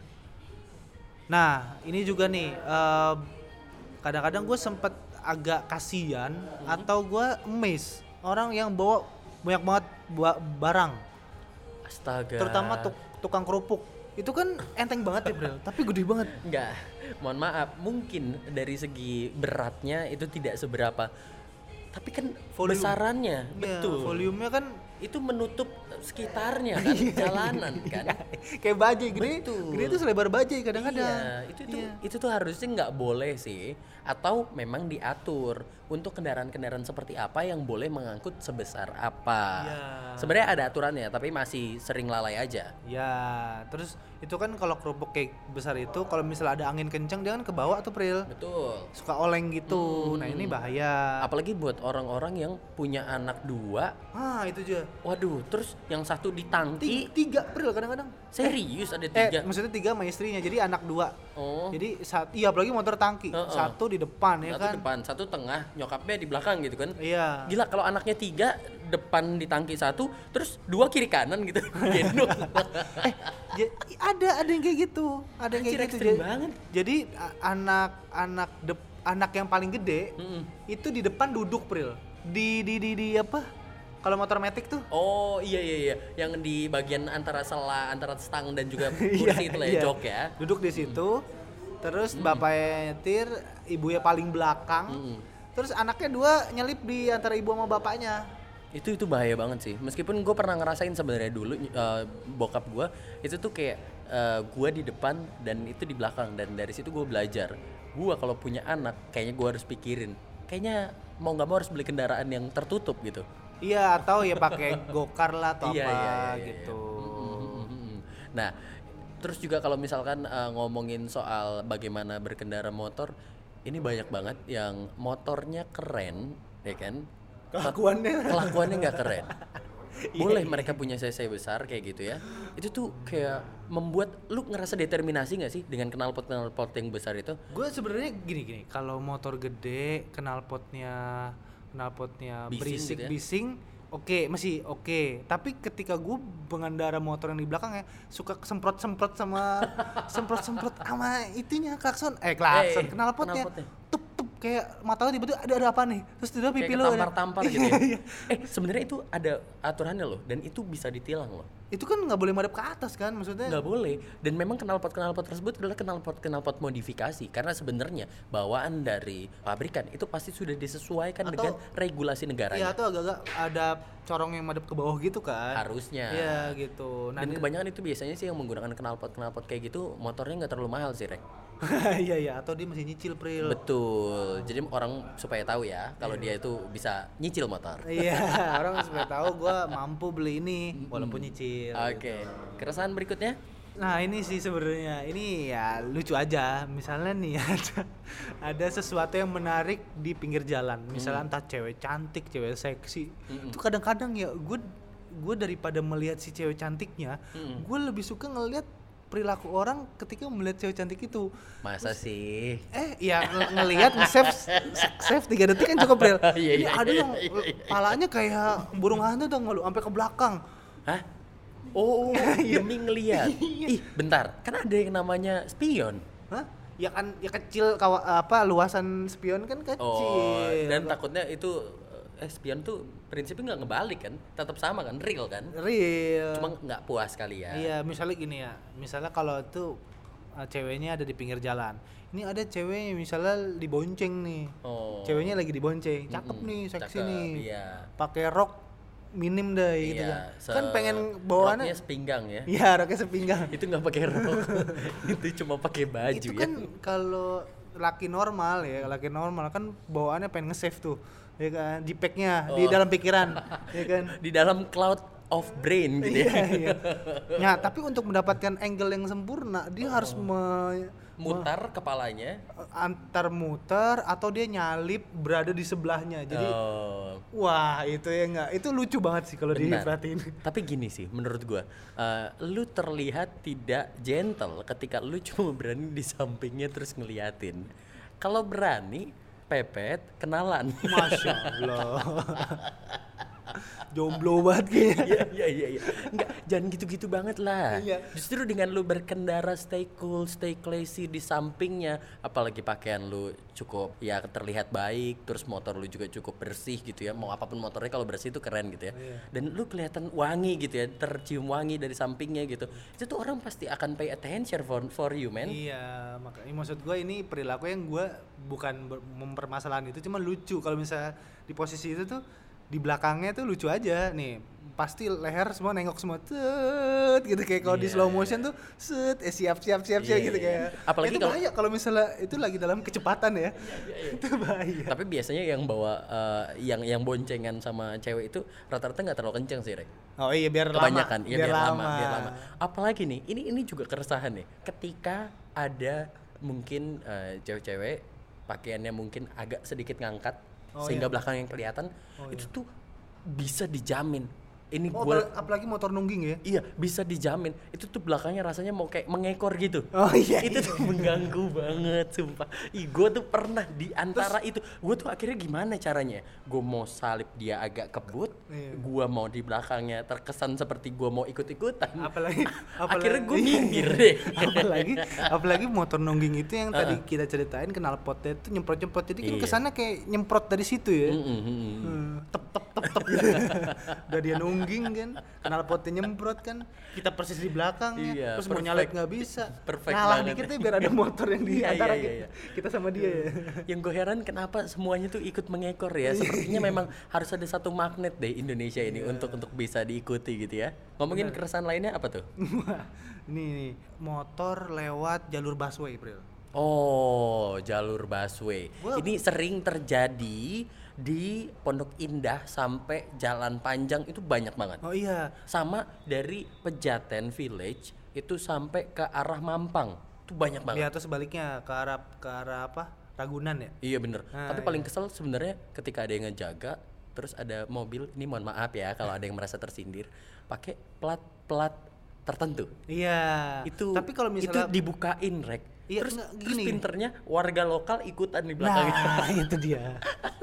Nah, ini juga nih kadang-kadang gue sempet agak kasihan atau gue amazed orang yang bawa banyak banget barang. Astaga. Terutama tukang kerupuk. Itu kan enteng banget ya, Bro, tapi gede banget. Enggak. Mohon maaf, mungkin dari segi beratnya itu tidak seberapa. Tapi kan besarannya, betul. Volumenya kan itu menutup sekitarnya kan, jalanan kan. Kayak bajai gede itu selebar bajai kadang-kadang. Iya, itu tuh harusnya nggak boleh sih, atau memang diatur untuk kendaraan-kendaraan seperti apa yang boleh mengangkut sebesar apa. Ya. Sebenarnya ada aturannya, tapi masih sering lalai aja. Ya, terus itu kan kalau kerupuk kayak besar itu kalau misalnya ada angin kencang dia kan ke bawah tuh, Pril. Betul. Suka oleng gitu. Nah, ini bahaya. Apalagi buat orang-orang yang punya anak 2. Itu aja. Waduh, terus yang satu di tangki. 3 Pril kadang-kadang. Serius ada 3? Maksudnya 3 sama istrinya, jadi anak 2. Oh. Jadi apalagi motor tangki. Satu di depan ya kan. Satu depan, satu tengah, nyokapnya di belakang gitu kan. Iya. Gila kalau anaknya 3, depan di tangki 1, terus 2 kiri kanan gitu. Gendong. Ada yang kayak gitu. Ada yang kayak gitu. Banget. Jadi anak yang paling gede itu di depan duduk, Pril. Di apa? Kalau motor matic tuh. Oh iya, yang di bagian antara stang dan juga kursi itu lah ya, jok ya. Duduk di situ. Terus bapaknya nyetir, ibunya paling belakang. Terus anaknya 2 nyelip di antara ibu sama bapaknya. Itu bahaya banget sih. Meskipun gue pernah ngerasain sebenarnya dulu bokap gue itu tuh kayak gue di depan dan itu di belakang, dan dari situ gue belajar. Gue kalau punya anak kayaknya gue harus pikirin. Kayaknya mau nggak mau harus beli kendaraan yang tertutup gitu. Iya, atau ya pakai gokar lah atau iya, gitu. Nah, terus juga kalau misalkan ngomongin soal bagaimana berkendara motor, ini banyak banget yang motornya keren, ya kan? Kelakuannya nggak keren. Boleh mereka punya cc besar kayak gitu ya. Itu tuh kayak membuat lu ngerasa determinasi nggak sih dengan knalpot yang besar itu? Gue sebenarnya gini, kalau motor gede knalpotnya berisik gitu ya? Bising, masih oke. Tapi ketika gue pengendara motor yang di belakang ya suka semprot sama itunya klakson knalpotnya. Tup kayak mata lu tiba-tiba ada apa nih, terus tiba-tiba pipi lu tampar-tampar gitu ya. Sebenarnya itu ada aturannya loh, dan itu bisa ditilang loh. Itu kan nggak boleh madep ke atas kan, maksudnya nggak boleh. Dan memang knalpot tersebut adalah knalpot modifikasi, karena sebenarnya bawaan dari pabrikan itu pasti sudah disesuaikan dengan regulasi negaranya. Iya, atau agak-agak ada corong yang madep ke bawah gitu kan harusnya. Iya gitu. Dan kebanyakan itu biasanya sih yang menggunakan knalpot kayak gitu motornya nggak terlalu mahal sih, Rek. Iya, atau dia masih nyicil, Pril. Betul. Jadi orang supaya tahu ya kalau dia itu bisa nyicil motor. Iya, orang supaya tahu gue mampu beli ini walaupun nyicil. Oke. Keresahan berikutnya? Nah ini sih sebenarnya, ini ya lucu aja. Misalnya nih ada sesuatu yang menarik di pinggir jalan. Misalnya entah cewek cantik, cewek seksi. Itu kadang-kadang ya gue daripada melihat si cewek cantiknya, gue lebih suka ngelihat perilaku orang ketika melihat cewek cantik itu. Masa sih? Ya ngelihat save 3 detik kan cukup, Pril. Ini ada yang palanya kayak burung hantu tuh nggak lu, sampai ke belakang. Hah? Oh, demi ngelihat. Ih, bentar. Kan ada yang namanya spion. Hah? Ya kan, ya kecil luasan spion kan kecil. Oh, dan takutnya itu spion tuh prinsipnya nggak ngebalik kan, tetap sama kan, real kan? Real. Cuma nggak puas kali ya. Iya, misalnya gini ya, misalnya kalau tuh ceweknya ada di pinggir jalan, ini ada cewek misalnya dibonceng nih, ceweknya lagi dibonceng, cakep nih, seksi nih, pakai rok minim deh gitu kan, kan pengen bawaannya roknya sepinggang ya? Iya, roknya sepinggang. Itu nggak pakai rok, itu cuma pakai baju itu ya. Itu kan kalau laki normal kan bawaannya pengen nge-save tuh. Ya kan, di pack-nya di dalam pikiran, ya kan, di dalam cloud of brain gitu ya. Iya. Nah, tapi untuk mendapatkan angle yang sempurna, dia harus mutar kepalanya, antar muter atau dia nyalip berada di sebelahnya. Jadi wah, itu ya enggak, itu lucu banget sih kalau diperhatiin. Tapi gini sih menurut gua, lu terlihat tidak gentle ketika lu cuma berani di sampingnya terus ngeliatin. Kalau berani pepet, kenalan. Masya Allah. Jomblo banget kayaknya. Iya. Enggak, jangan gitu-gitu banget lah. Iya. Justru dengan lu berkendara stay cool, stay classy di sampingnya, apalagi pakaian lu cukup ya terlihat baik, terus motor lu juga cukup bersih gitu ya. Mau apapun motornya kalau bersih itu keren gitu ya. Iya. Dan lu kelihatan wangi gitu ya, tercium wangi dari sampingnya gitu. Itu tuh orang pasti akan pay attention for you, man. Iya, makanya maksud gue ini perilaku yang gue bukan mempermasalahan itu, cuma lucu kalau misalnya di posisi itu tuh di belakangnya tuh lucu aja nih, pasti leher semua nengok semua gitu kayak kalau di slow motion tuh siap gitu kayak. Apalagi itu bahaya kalau misalnya itu lagi dalam kecepatan ya. Itu bahaya. Tapi biasanya yang bawa yang boncengan sama cewek itu rata-rata nggak terlalu kenceng sih, Rek. Oh iya, biar kebanyakan lama. Biar lama. Apalagi nih, ini juga keresahan nih, ketika ada mungkin cewek-cewek pakaiannya mungkin agak sedikit ngangkat sehingga belakang yang kelihatan, itu tuh bisa dijamin. Ini apalagi motor nungging ya? Iya, bisa dijamin. Itu tuh belakangnya rasanya mau kayak mengekor gitu. Oh iya. Itu tuh mengganggu banget, sumpah. Gue tuh pernah di antara itu. Gue tuh akhirnya gimana caranya? Gue mau salip dia agak kebut, gue mau di belakangnya terkesan seperti gue mau ikut-ikutan. Apalagi akhirnya gue minggir deh. apalagi motor nungging itu yang tadi kita ceritain, knalpotnya tuh nyemprot-nyemprot. Jadi kan kesannya kayak nyemprot dari situ ya. Tep gitu. Udah dia nungging kan, knalpotnya nyemprot kan, kita persis di belakangnya, terus mau nyalip nggak bisa, ngalah dikit ya biar ada motor yang di antara kita sama dia ya. Yang gue heran kenapa semuanya tuh ikut mengekor ya. Sepertinya memang harus ada satu magnet deh Indonesia ini untuk bisa diikuti gitu ya. Ngomongin keresahan lainnya apa tuh? Nih, motor lewat jalur busway, Bro. Oh, jalur busway. Ini sering terjadi di Pondok Indah sampai Jalan Panjang, itu banyak banget. Oh iya. Sama dari Pejaten Village itu sampai ke arah Mampang, itu banyak banget. Iya, atau sebaliknya ke arah apa? Ragunan ya? Iya bener. Tapi paling kesel sebenarnya ketika ada yang ngejaga, terus ada mobil, ini mohon maaf ya kalau ada yang merasa tersindir, pakai plat tertentu. Iya. Tapi kalau misalnya itu dibukain, Rek. Iya, terus pinternya warga lokal ikutan di belakangnya. Nah, itu dia.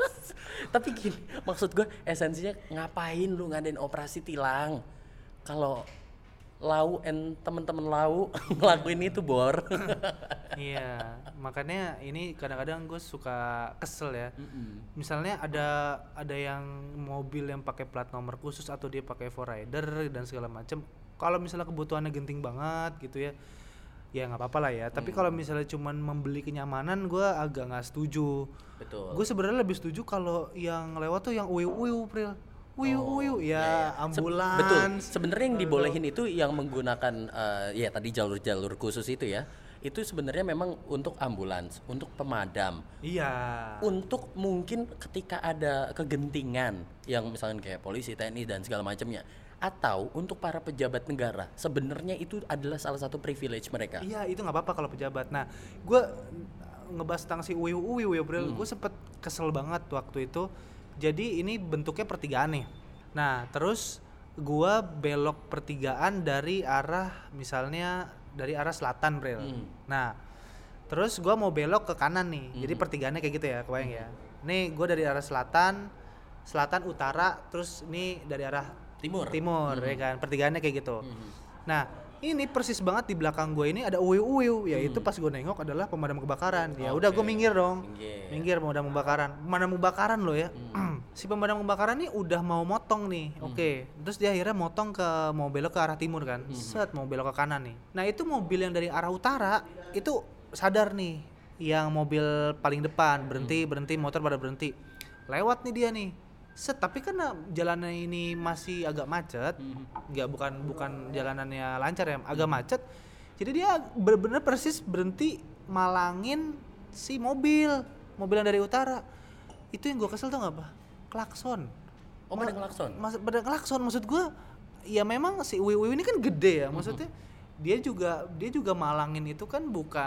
Tapi gini, maksud gue esensinya ngapain lu ngadain operasi tilang kalau Lau and teman-teman Lau ngelakuin itu Bor. Iya, makanya ini kadang-kadang gue suka kesel ya. Misalnya ada yang mobil yang pakai plat nomor khusus atau dia pakai 4Rider dan segala macam. Kalau misalnya kebutuhannya genting banget gitu ya nggak apa-apa lah ya. Tapi kalau misalnya cuman membeli kenyamanan, gue agak nggak setuju. Betul. Gue sebenarnya lebih setuju kalau yang lewat tuh yang uyu Pril. Uyu ya, ambulans. Betul. Sebenarnya yang dibolehin itu yang menggunakan ya tadi jalur-jalur khusus itu ya. Itu sebenarnya memang untuk ambulans, untuk pemadam. Iya. Untuk mungkin ketika ada kegentingan yang misalnya kayak polisi, TNI dan segala macamnya. Atau untuk para pejabat negara, sebenarnya itu adalah salah satu privilege mereka. Iya, itu nggak apa-apa kalau pejabat. Nah, gue ngebahas tentang si uyu ya Bro. Gue sempet kesel banget waktu itu. Jadi ini bentuknya pertigaan nih. Nah, terus gue belok pertigaan dari arah misalnya dari arah selatan Bro. Nah, terus gue mau belok ke kanan nih. Jadi pertigaannya kayak gitu ya, kebayang ya. Nih gue dari arah selatan utara, terus ini dari arah timur ya kan, pertigaannya kayak gitu. Nah, ini persis banget di belakang gue ini ada uyu yaitu pas gue nengok adalah pemadam kebakaran. Ya udah gue minggir dong. Minggir pemadam kebakaran loh ya. Si pemadam kebakaran nih udah mau motong nih. Oke. Terus dia akhirnya motong mau belok ke arah timur kan. Set mau belok ke kanan nih. Nah, itu mobil yang dari arah utara itu sadar nih, yang mobil paling depan berhenti motor pada berhenti. Lewat nih dia nih. Tapi karena jalannya ini masih agak macet, bukan jalanannya lancar ya, agak macet. Jadi dia benar-benar persis berhenti malangin si mobil yang dari utara. Itu yang gue kesel tuh nggak apa? Klakson. Oh, pada klakson? Pada klakson, maksud gue, ya memang si Uwi ini kan gede ya, maksudnya dia juga malangin itu kan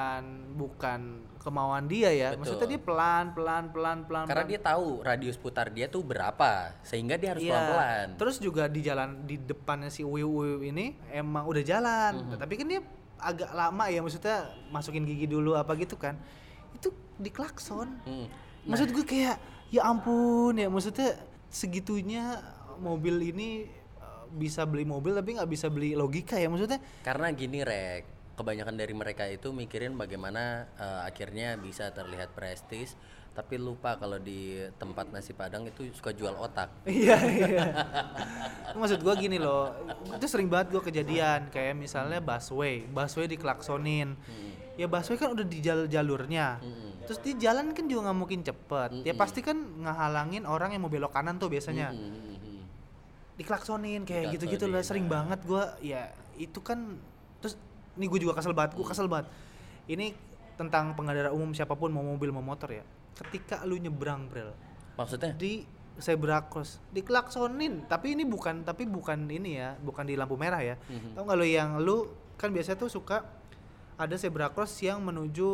bukan kemauan dia ya. Betul. Maksudnya dia pelan. Karena dia tahu radius putar dia tuh berapa, sehingga dia harus pelan-pelan. Terus juga di jalan di depannya si Uyu ini emang udah jalan, tapi kan dia agak lama ya, maksudnya masukin gigi dulu apa gitu kan. Itu diklakson. Maksud gue kayak ya ampun ya, maksudnya segitunya mobil ini bisa beli mobil tapi nggak bisa beli logika ya, maksudnya. Karena gini Rek, kebanyakan dari mereka itu mikirin bagaimana akhirnya bisa terlihat prestis, tapi lupa kalau di tempat nasi padang itu suka jual otak. Iya. Maksud gua gini loh, itu sering banget gua kejadian kayak misalnya busway diklaksonin. Ya busway kan udah di jalurnya. Terus di jalan kan juga nggak mungkin cepet. Ya pasti kan ngehalangin orang yang mau belok kanan tuh biasanya. Diklaksonin kayak gitu-gitu lah, sering banget gua. Ya itu kan, terus ini gue juga kesel banget, ini tentang pengendara umum siapapun, mau mobil mau motor ya, ketika lu nyebrang Brel, maksudnya di zebra cross diklaksonin, tapi bukan ini ya, bukan di lampu merah ya. Tau nggak lo yang lu kan biasa tuh suka ada zebra cross yang menuju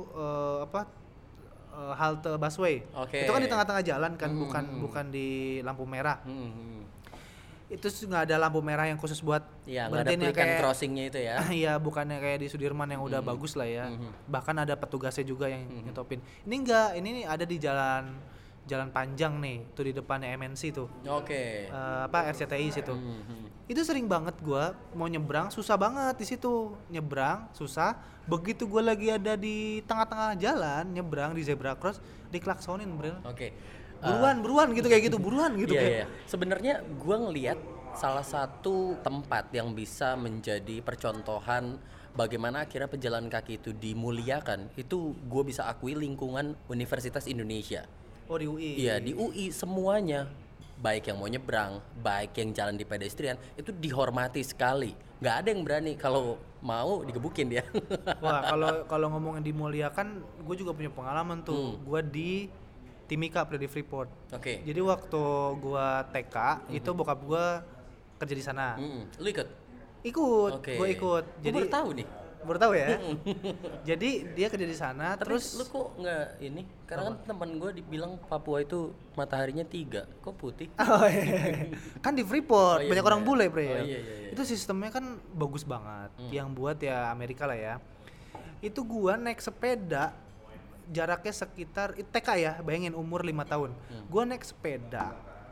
halte busway. Itu kan di tengah-tengah jalan kan, bukan di lampu merah. Itu nggak ada lampu merah yang khusus buat berhenti kayak crossingnya itu ya. Iya, bukannya kayak di Sudirman yang udah bagus lah ya. Bahkan ada petugasnya juga yang nyetopin. Ini enggak, ini ada di jalan panjang nih, tuh di depannya MNC tuh. RCTI situ. Itu sering banget gua mau nyebrang susah banget di situ. Nyebrang susah. Begitu gua lagi ada di tengah-tengah jalan nyebrang di zebra cross, diklaksonin, Bril. Buruan gitu kayak gitu, buruan gitu kayak. Iya. Sebenarnya gue ngelihat salah satu tempat yang bisa menjadi percontohan bagaimana akhirnya pejalan kaki itu dimuliakan, itu gue bisa akui lingkungan Universitas Indonesia. Oh, di UI. Iya, di UI semuanya, baik yang mau nyebrang, baik yang jalan di pedestrian, itu dihormati sekali. Nggak ada yang berani kalau mau digebukin dia. Wah, kalau ngomongin dimuliakan, gue juga punya pengalaman tuh. Gue di Timika di Freeport. Jadi waktu gua TK itu bokap gua kerja di sana. Lu ikut? Ikut. Gua ikut. Jadi baru tahu ya. Jadi dia kerja di sana. Tapi terus lu kok nggak ini? Karena kan teman gua dibilang Papua itu mataharinya 3, kok putih? Oh, iya. Kan di Freeport banyak orang bule, Bre. Iya. Itu sistemnya kan bagus banget. Yang buat ya Amerika lah ya. Itu gua naik sepeda jaraknya sekitar TK ya, bayangin umur 5 tahun. Gua naik sepeda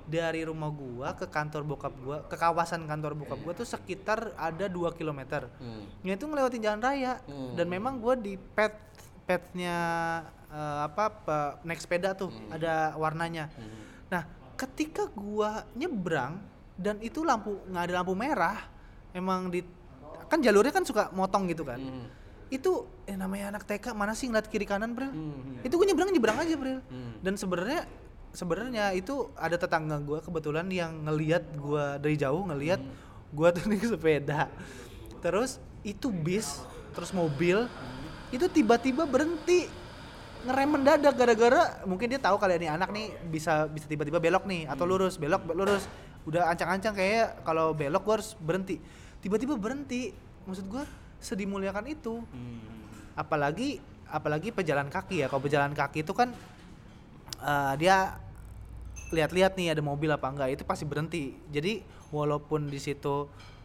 dari rumah gua ke kantor bokap gua, ke kawasan kantor bokap gua tuh sekitar ada 2 kilometer. Ya itu ngelewatin jalan raya. Dan memang gua di petnya naik sepeda tuh ada warnanya. Nah, ketika gua nyebrang dan itu nggak ada lampu merah, emang kan jalurnya kan suka motong gitu kan. Itu namanya anak TK mana sih ngeliat kiri kanan, Bril? Itu gue nyebrang aja, Bril. Dan sebenarnya itu ada tetangga gue kebetulan yang ngelihat gue dari jauh, ngelihat gue tuh naik sepeda. Terus itu bis, terus mobil itu tiba-tiba berhenti, ngerem mendadak gara-gara mungkin dia tahu kali ini anak nih bisa tiba-tiba belok nih atau lurus, lurus. Udah ancang-ancang kayak kalau belok gue harus berhenti. Tiba-tiba berhenti. Maksud gue sedimuliakan itu. Apalagi pejalan kaki ya. Kalau pejalan kaki itu kan dia lihat-lihat nih ada mobil apa enggak, itu pasti berhenti. Jadi walaupun di situ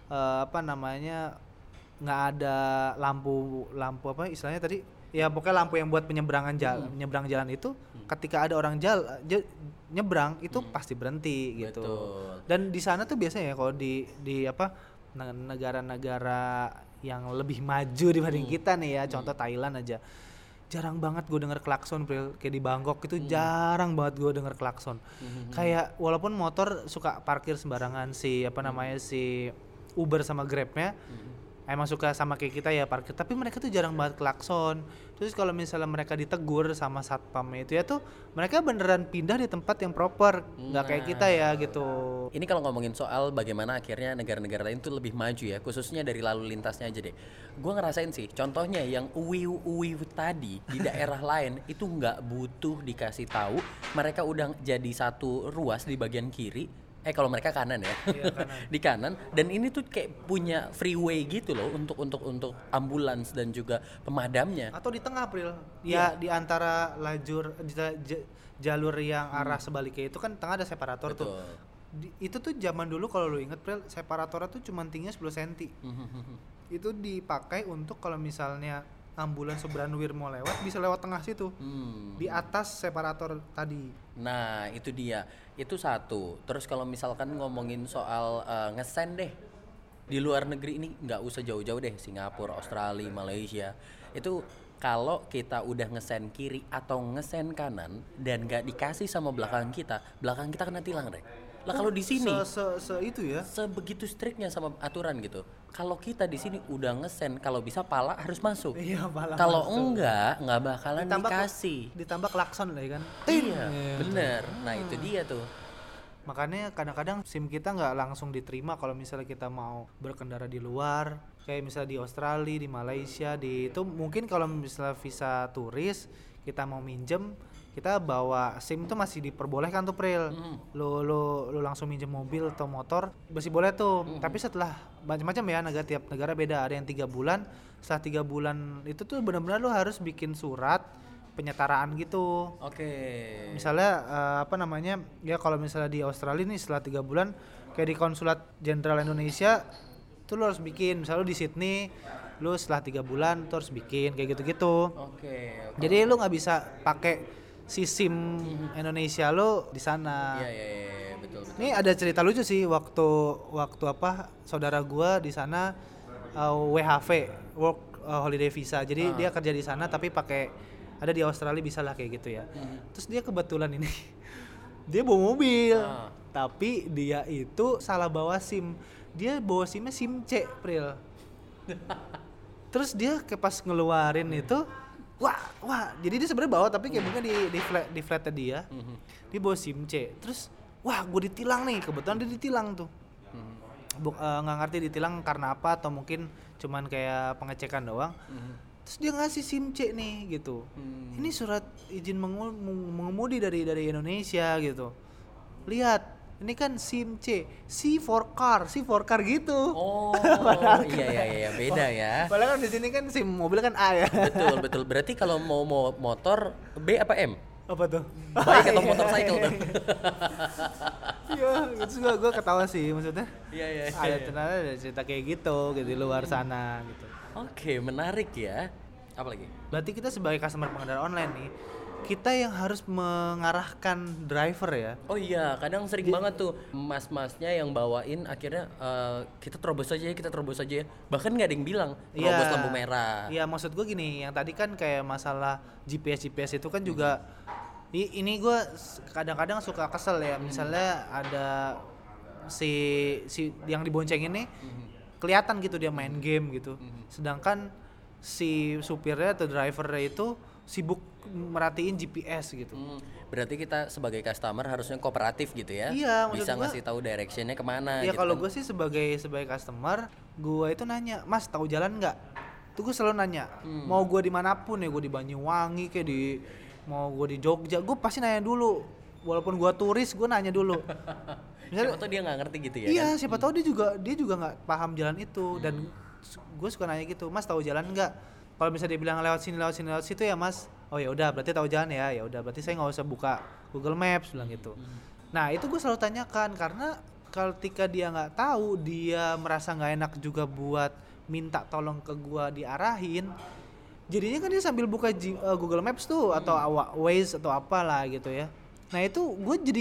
nggak ada lampu apa istilahnya tadi ya, pokoknya lampu yang buat penyeberangan menyeberang jalan itu, ketika ada orang nyebrang itu pasti berhenti gitu. Betul. Dan di sana tuh biasanya ya kalau di negara-negara yang lebih maju dibanding kita nih ya, contoh Thailand aja, jarang banget gue denger klakson, kayak di Bangkok itu jarang banget gue denger klakson. Kayak walaupun motor suka parkir sembarangan si Uber sama Grabnya emang suka sama kayak kita ya parkir, tapi mereka tuh jarang banget klakson. Terus kalau misalnya mereka ditegur sama satpamnya itu ya tuh mereka beneran pindah di tempat yang proper, nggak kayak kita ya gitu. Ini kalau ngomongin soal bagaimana akhirnya negara-negara lain tuh lebih maju ya, khususnya dari lalu lintasnya aja deh. Gue ngerasain sih, contohnya yang uwiu tadi di daerah lain itu nggak butuh dikasih tahu, mereka udah jadi satu ruas di bagian kiri. Kalau mereka kanan ya, iya, kanan. Di kanan, dan ini tuh kayak punya freeway gitu loh untuk ambulans dan juga pemadamnya. Atau di tengah, April. Ya, di antara jalur yang arah sebaliknya itu kan tengah ada separator. Betul. Tuh. Itu tuh zaman dulu kalau lu inget, April, separatornya tuh cuma tingginya 10 cm. Itu dipakai untuk kalau misalnya ambulans Subranwir mau lewat bisa lewat tengah situ, di atas separator tadi. Nah itu dia, itu satu. Terus kalau misalkan ngomongin soal ngesen deh di luar negeri ini, nggak usah jauh-jauh deh, Singapura, Australia, Malaysia, itu kalau kita udah ngesen kiri atau ngesen kanan dan nggak dikasih sama belakang kita kena tilang deh. Lah kalau di sini itu ya, sebegitu striknya sama aturan gitu. Kalau kita di sini udah ngesen, kalau bisa pala harus masuk. Iya, pala. Kalau enggak bakalan dikasih. Ditambah klakson lah kan. Iya, bener. Nah itu dia tuh. Makanya kadang-kadang SIM kita nggak langsung diterima kalau misalnya kita mau berkendara di luar. Kayak misalnya di Australia, di Malaysia, itu mungkin kalau misalnya visa turis kita mau minjem, kita bawa SIM tuh masih diperbolehkan tuh, Pril. Lu langsung minjem mobil atau motor masih boleh tuh. Tapi setelah macam-macam ya, tiap negara beda. Ada yang 3 bulan. Setelah 3 bulan itu tuh benar-benar lu harus bikin surat penyetaraan gitu. Oke. Misalnya ya kalau misalnya di Australia nih setelah 3 bulan kayak di Konsulat Jenderal Indonesia tuh lu harus bikin. Misalnya lu di Sydney, lu setelah 3 bulan tuh harus bikin kayak gitu-gitu. Oke. Jadi lu nggak bisa pakai si SIM Indonesia lo di sana. Iya, betul. Ini ada cerita lucu sih waktu saudara gua di sana WHV, work holiday visa. Jadi dia kerja di sana tapi ada di Australia bisa lah kayak gitu ya. Terus dia kebetulan ini dia bawa mobil. Tapi dia itu salah bawa SIM. Dia bawa SIM-nya SIM C, Pril. Terus dia kayak pas ngeluarin itu Wah, jadi dia sebenarnya bawa tapi kayak mungkin di flatnya dia, dia bawa SIM C. Terus, gue ditilang nih, kebetulan dia ditilang tuh. Nggak ngerti ditilang karena apa atau mungkin cuman kayak pengecekan doang. Terus dia ngasih SIM C nih gitu. Ini surat izin mengemudi dari Indonesia gitu. Lihat. Ini kan SIM C for car gitu. Oh, iya, beda ya. Padahal kan di sini kan SIM mobil kan A ya. Betul. Berarti kalau mau motor B apa M? Apa tuh? Baik atau motorcycle tuh. Iya, itu juga gue ketawa sih maksudnya. Iya. Ada cerita kayak gitu di luar sana gitu. Oke, menarik ya. Apa lagi? Berarti kita sebagai customer pengendara online nih, kita yang harus mengarahkan driver ya. Oh iya, kadang sering banget tuh mas-masnya yang bawain akhirnya kita terobos aja ya. Bahkan nggak ada yang bilang terobos lampu merah. Iya, maksud gue gini, yang tadi kan kayak masalah GPS itu kan juga ini gue kadang-kadang suka kesel ya. Misalnya ada si yang dibonceng ini kelihatan gitu dia main game gitu. Sedangkan si supirnya atau drivernya itu sibuk merhatiin GPS gitu. Berarti kita sebagai customer harusnya kooperatif gitu ya. Iya, bisa ngasih tahu directionnya kemana. Iya, gitu kalau kan. gue sih sebagai customer, gue itu nanya, Mas tahu jalan nggak? Tuh gue selalu nanya. Mau gue dimanapun ya, gue di Banyuwangi kayak mau gue di Jogja, gue pasti nanya dulu. Walaupun gue turis, gue nanya dulu. Misalnya, siapa tahu dia nggak ngerti gitu ya. Iya, kan? siapa tahu dia juga nggak paham jalan itu dan gue suka nanya gitu, Mas tahu jalan nggak? Kalau misalnya dia bilang lewat situ ya Mas, oh ya udah berarti tahu jalan ya udah berarti saya nggak usah buka Google Maps bilang gitu. Nah itu gue selalu tanyakan karena ketika dia nggak tahu, dia merasa nggak enak juga buat minta tolong ke gue diarahin. Jadinya kan dia sambil buka Google Maps tuh atau Waze atau apalah gitu ya. Nah itu gue jadi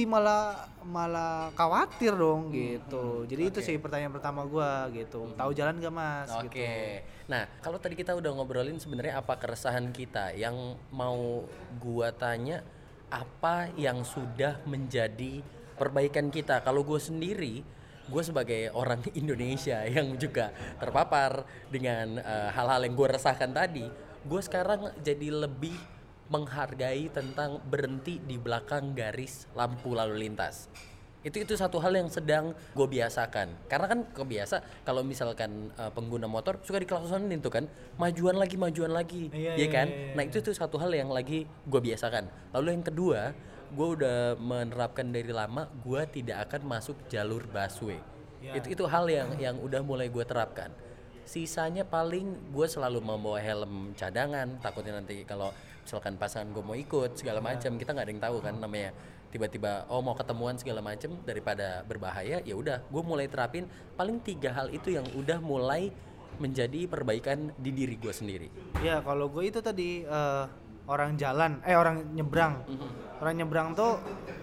malah khawatir dong gitu. Jadi itu sih pertanyaan pertama gue gitu. Tahu jalan gak Mas? Oke. Gitu. Nah kalau tadi kita udah ngobrolin sebenarnya apa keresahan kita, yang mau gue tanya apa yang sudah menjadi perbaikan kita. Kalau gue sendiri, gue sebagai orang Indonesia yang juga terpapar dengan hal-hal yang gue resahkan tadi, gue sekarang jadi lebih menghargai tentang berhenti di belakang garis lampu lalu lintas. Itu satu hal yang sedang gue biasakan. Karena kan kebiasa kalau misalkan pengguna motor suka diklaksonin tuh kan, majuan lagi, ya kan? Iya. Nah itu satu hal yang lagi gue biasakan. Lalu yang kedua, gue udah menerapkan dari lama, gue tidak akan masuk jalur busway. Itu hal yang udah mulai gue terapkan. Sisanya paling gue selalu membawa helm cadangan, takutnya nanti kalau misalkan pasangan gue mau ikut segala macam, kita nggak ada yang tahu kan, namanya tiba-tiba mau ketemuan segala macam, daripada berbahaya ya udah gue mulai terapin paling 3 hal itu yang udah mulai menjadi perbaikan di diri gue sendiri. Ya kalau gue itu tadi orang nyebrang. Orang nyebrang tuh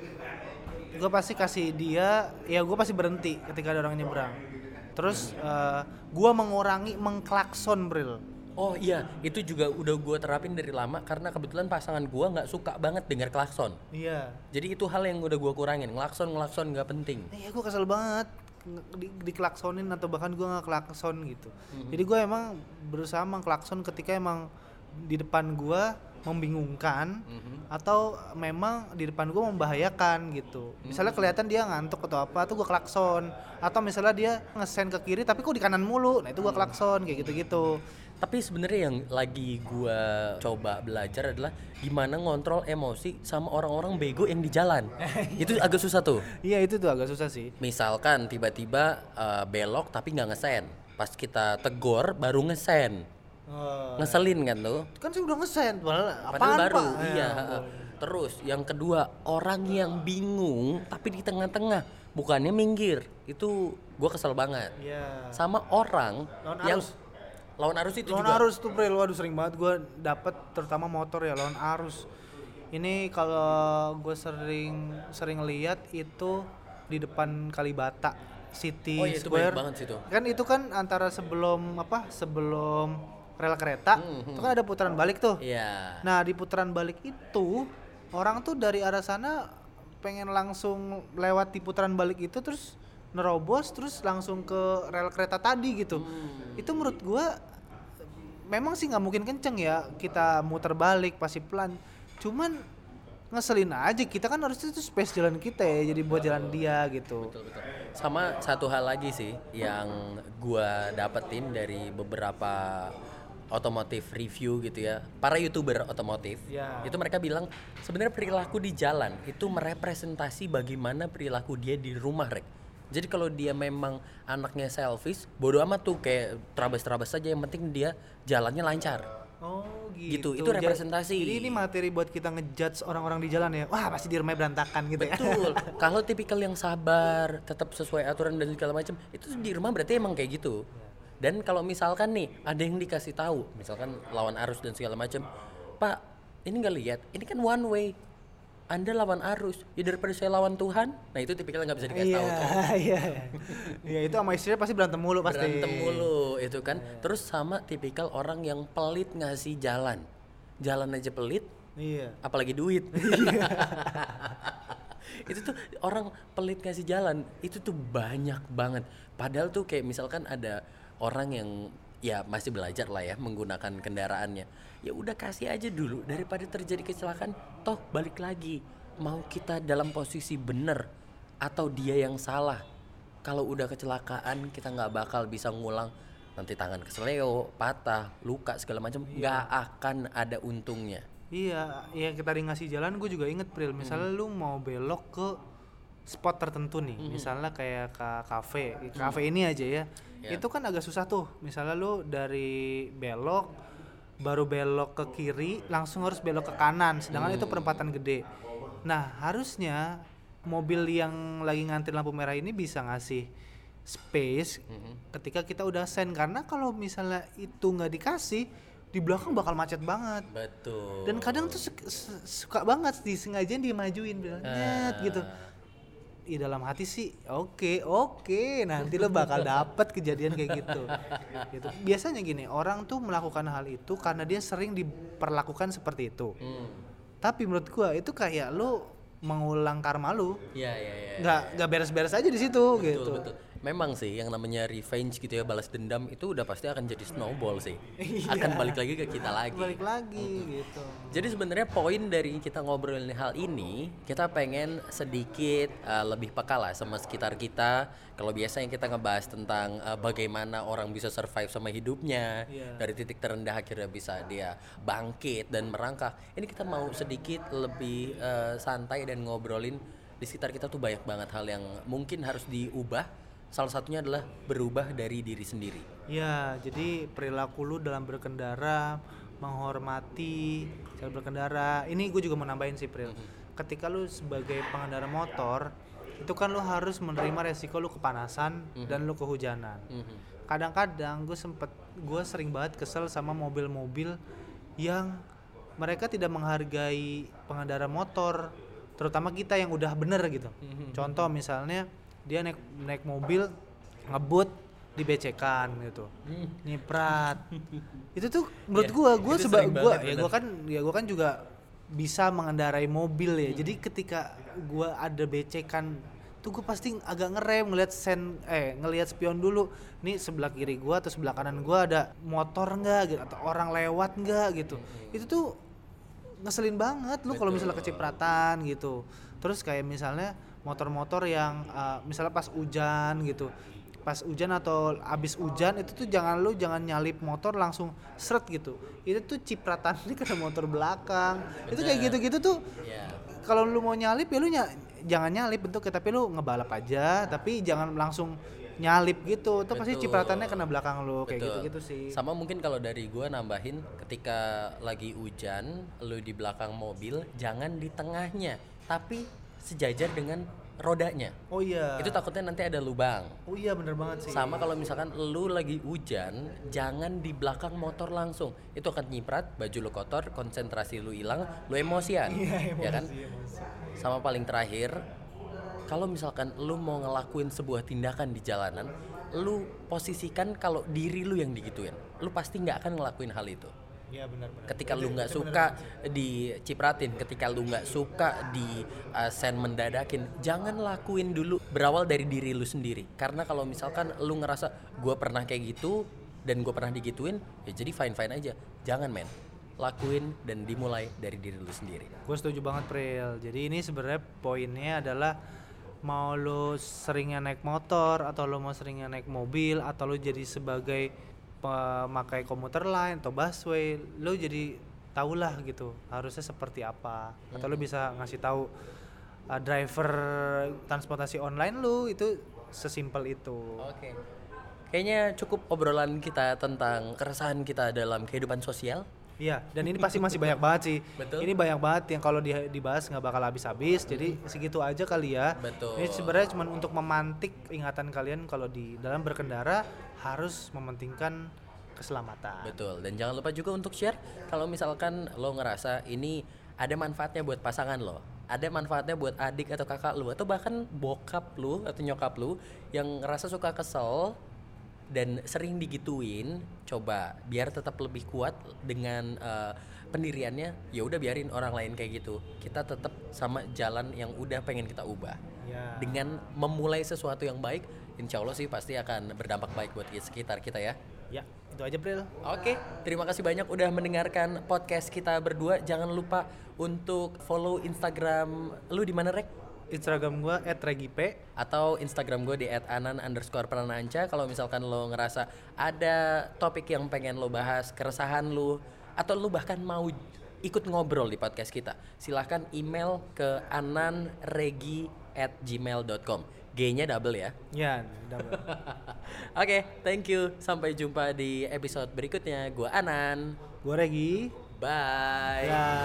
gue pasti kasih dia, ya gue pasti berhenti ketika ada orang nyebrang. Terus gue mengurangi mengklakson Bril. Oh iya, itu juga udah gue terapin dari lama karena kebetulan pasangan gue nggak suka banget dengar klakson. Iya. Jadi itu hal yang udah gue kurangin, ngelakson nggak penting. Iya, gue kesel banget diklaksonin atau bahkan gue nggak klakson gitu. Jadi gue emang berusaha mengklakson ketika emang di depan gue membingungkan atau memang di depan gue membahayakan gitu. Misalnya kelihatan dia ngantuk atau apa tuh gue klakson, atau misalnya dia ngesen ke kiri tapi kok di kanan mulu, nah itu gue klakson kayak gitu-gitu. Tapi sebenarnya yang lagi gue coba belajar adalah gimana ngontrol emosi sama orang-orang bego yang di jalan. Itu agak susah tuh. Iya itu tuh agak susah sih. Misalkan tiba-tiba belok tapi nggak ngesen, pas kita tegor baru ngesen. Ngeselin kan tuh. Kan sih udah ngesen, padahal baru. Iya. Terus yang kedua, orang yang bingung tapi di tengah-tengah, bukannya minggir. Itu gue kesel banget. Iya. Sama orang yang lawan arus itu lawan juga. Lawan arus tuh Bril, waduh sering banget gue dapet, terutama motor ya lawan arus. Ini kalau gue sering lihat itu di depan Kalibata City Square. Itu banget situ. Kan itu kan antara sebelum rel kereta, itu kan ada putaran balik tuh. Iya. Nah di putaran balik itu orang tuh dari arah sana pengen langsung lewat di putaran balik itu terus nerobos terus langsung ke rel kereta tadi gitu. Itu menurut gue memang sih nggak mungkin kenceng ya, kita muter balik pasti pelan. Cuman ngeselin aja, kita kan harusnya itu space jalan kita ya, jadi buat jalan dia gitu. Betul. Sama satu hal lagi sih yang gua dapetin dari beberapa otomotif review gitu ya, para YouTuber otomotif, itu mereka bilang sebenarnya perilaku di jalan itu merepresentasi bagaimana perilaku dia di rumah, Rek. Jadi kalau dia memang anaknya selfish, bodo amat tuh, kayak terabas-terabas saja, yang penting dia jalannya lancar. Oh gitu. Itu representasi. Jadi ini materi buat kita ngejudge orang-orang di jalan ya. Wah pasti di rumahnya berantakan gitu. Betul. Kalau tipikal yang sabar, tetap sesuai aturan dan segala macam, itu di rumah berarti emang kayak gitu. Dan kalau misalkan nih ada yang dikasih tahu, misalkan lawan arus dan segala macam, Pak, ini nggak lihat, ini kan one way. Anda lawan arus, ya daripada saya lawan Tuhan. Nah itu tipikal nggak bisa dikasih tahu tuh. Iya. Iya itu sama istrinya pasti berantem mulu pasti. Berantem mulu itu kan. Terus sama tipikal orang yang pelit ngasih jalan. Jalan aja pelit. Iya. Apalagi duit. Itu tuh orang pelit ngasih jalan itu tuh banyak banget. Padahal tuh kayak misalkan ada orang yang ya masih belajar lah ya menggunakan kendaraannya. Ya udah kasih aja dulu daripada terjadi kecelakaan, toh balik lagi. Mau kita dalam posisi bener atau dia yang salah. Kalau udah kecelakaan kita nggak bakal bisa ngulang, nanti tangan kesleo, patah, luka segala macam, nggak akan ada untungnya. Iya, yang kita ngasih jalan gue juga inget Pril. Misalnya lu mau belok ke spot tertentu nih, misalnya kayak ke kafe ini aja ya. Itu kan agak susah tuh. Misalnya lu dari belok baru belok ke kiri langsung harus belok ke kanan, sedangkan itu perempatan gede. Nah harusnya mobil yang lagi ngantri lampu merah ini bisa ngasih space ketika kita udah send, karena kalau misalnya itu nggak dikasih di belakang bakal macet banget. Betul. Dan kadang tuh suka banget disengaja dimajuin banget gitu. Ya dalam hati sih oke, nanti lo bakal dapet kejadian kayak gitu. Gitu. Biasanya gini, orang tuh melakukan hal itu karena dia sering diperlakukan seperti itu. Tapi menurut gua itu kayak lo mengulang karma lu. Iya. Nggak beres-beres aja di situ. Betul, gitu. Betul. Memang sih yang namanya revenge gitu ya, balas dendam itu udah pasti akan jadi snowball sih. Akan balik lagi ke kita lagi. Balik lagi gitu. Jadi sebenarnya poin dari kita ngobrolin hal ini, kita pengen sedikit lebih peka lah sama sekitar kita. Kalau biasanya kita ngebahas tentang bagaimana orang bisa survive sama hidupnya, dari titik terendah akhirnya bisa dia bangkit dan merangkak. Ini kita mau sedikit lebih santai dan ngobrolin di sekitar kita tuh banyak banget hal yang mungkin harus diubah. Salah satunya adalah berubah dari diri sendiri. Ya, jadi perilaku lu dalam berkendara, menghormati cara berkendara. Ini gue juga mau nambahin sih, Pril. Ketika lu sebagai pengendara motor, itu kan lu harus menerima resiko lu kepanasan dan lu kehujanan. Kadang-kadang gue sering banget kesel sama mobil-mobil yang mereka tidak menghargai pengendara motor, terutama kita yang udah bener gitu. Contoh misalnya dia naik mobil ngebut dibecekan gitu, nyiprat. Itu tuh menurut gue kan juga bisa mengendarai mobil ya. Jadi ketika gue ada becekan tuh gue pasti agak ngerem, ngelihat spion dulu nih sebelah kiri gue atau sebelah kanan gue ada motor nggak gitu, atau orang lewat nggak gitu. Itu tuh ngeselin banget lu kalau misalnya kecipratan gitu. Terus kayak misalnya motor-motor yang misalnya pas hujan gitu, pas hujan atau abis hujan itu tuh jangan nyalip motor langsung seret gitu. Itu tuh cipratannya kena motor belakang. Bener. Itu kayak gitu-gitu tuh. Kalau lu mau nyalip ya lu jangan nyalip bentuknya, tapi lu ngebalap aja, tapi jangan langsung nyalip gitu. Itu pasti cipratannya kena belakang lu. Kayak gitu-gitu sih. Sama mungkin kalau dari gua nambahin, ketika lagi hujan lu di belakang mobil jangan di tengahnya, tapi sejajar dengan rodanya. Oh iya. Itu takutnya nanti ada lubang. Oh iya bener banget sih. Sama kalau misalkan lu lagi hujan, jangan di belakang motor langsung. Itu akan nyiprat, baju lu kotor, konsentrasi lu hilang, lu emosian. Iya, ya kan? Sama paling terakhir, kalau misalkan lu mau ngelakuin sebuah tindakan di jalanan, lu posisikan kalau diri lu yang digituin. Lu pasti nggak akan ngelakuin hal itu. Iya benar. Ketika lu nggak suka dicipratin, ketika lu nggak suka di sen mendadakin, jangan lakuin dulu. Berawal dari diri lu sendiri. Karena kalau misalkan lu ngerasa gue pernah kayak gitu dan gue pernah digituin, ya jadi fine aja. Jangan men, lakuin dan dimulai dari diri lu sendiri. Gue setuju banget Pril. Jadi ini sebenarnya poinnya adalah mau lu seringnya naik motor atau lu mau seringnya naik mobil atau lu jadi sebagai pemakai komuter lain atau busway, lo jadi tahulah gitu harusnya seperti apa, atau lo bisa ngasih tahu driver transportasi online lo itu sesimpel itu. Oke. Kayaknya cukup obrolan kita tentang keresahan kita dalam kehidupan sosial. Iya, dan ini pasti masih banyak banget sih. Betul. Ini banyak banget yang kalau dibahas nggak bakal habis-habis. Jadi segitu aja kali ya. Betul. Ini sebenarnya cuma untuk memantik ingatan kalian kalau di dalam berkendara harus mementingkan keselamatan. Betul. Dan jangan lupa juga untuk share kalau misalkan lo ngerasa ini ada manfaatnya buat pasangan lo, ada manfaatnya buat adik atau kakak lo, atau bahkan bokap lo atau nyokap lo yang ngerasa suka kesel dan sering digituin. Coba biar tetap lebih kuat dengan pendiriannya, ya udah biarin orang lain kayak gitu. Kita tetap sama jalan yang udah pengen kita ubah. Ya. Dengan memulai sesuatu yang baik, insya Allah sih pasti akan berdampak baik buat sekitar kita ya. Ya, itu aja Bril. Oke, terima kasih banyak udah mendengarkan podcast kita berdua. Jangan lupa untuk follow Instagram lu di mana, Rek? Instagram gue @regip Atau Instagram gue di @anan_prananca. Kalau misalkan lo ngerasa ada topik yang pengen lo bahas, keresahan lo, atau lo bahkan mau ikut ngobrol di podcast kita, silahkan email ke ananregi@gmail.com. G-nya double ya. Ya, double. Oke, thank you. Sampai jumpa di episode berikutnya. Gua Anan. Gue Regi. Bye. Bye.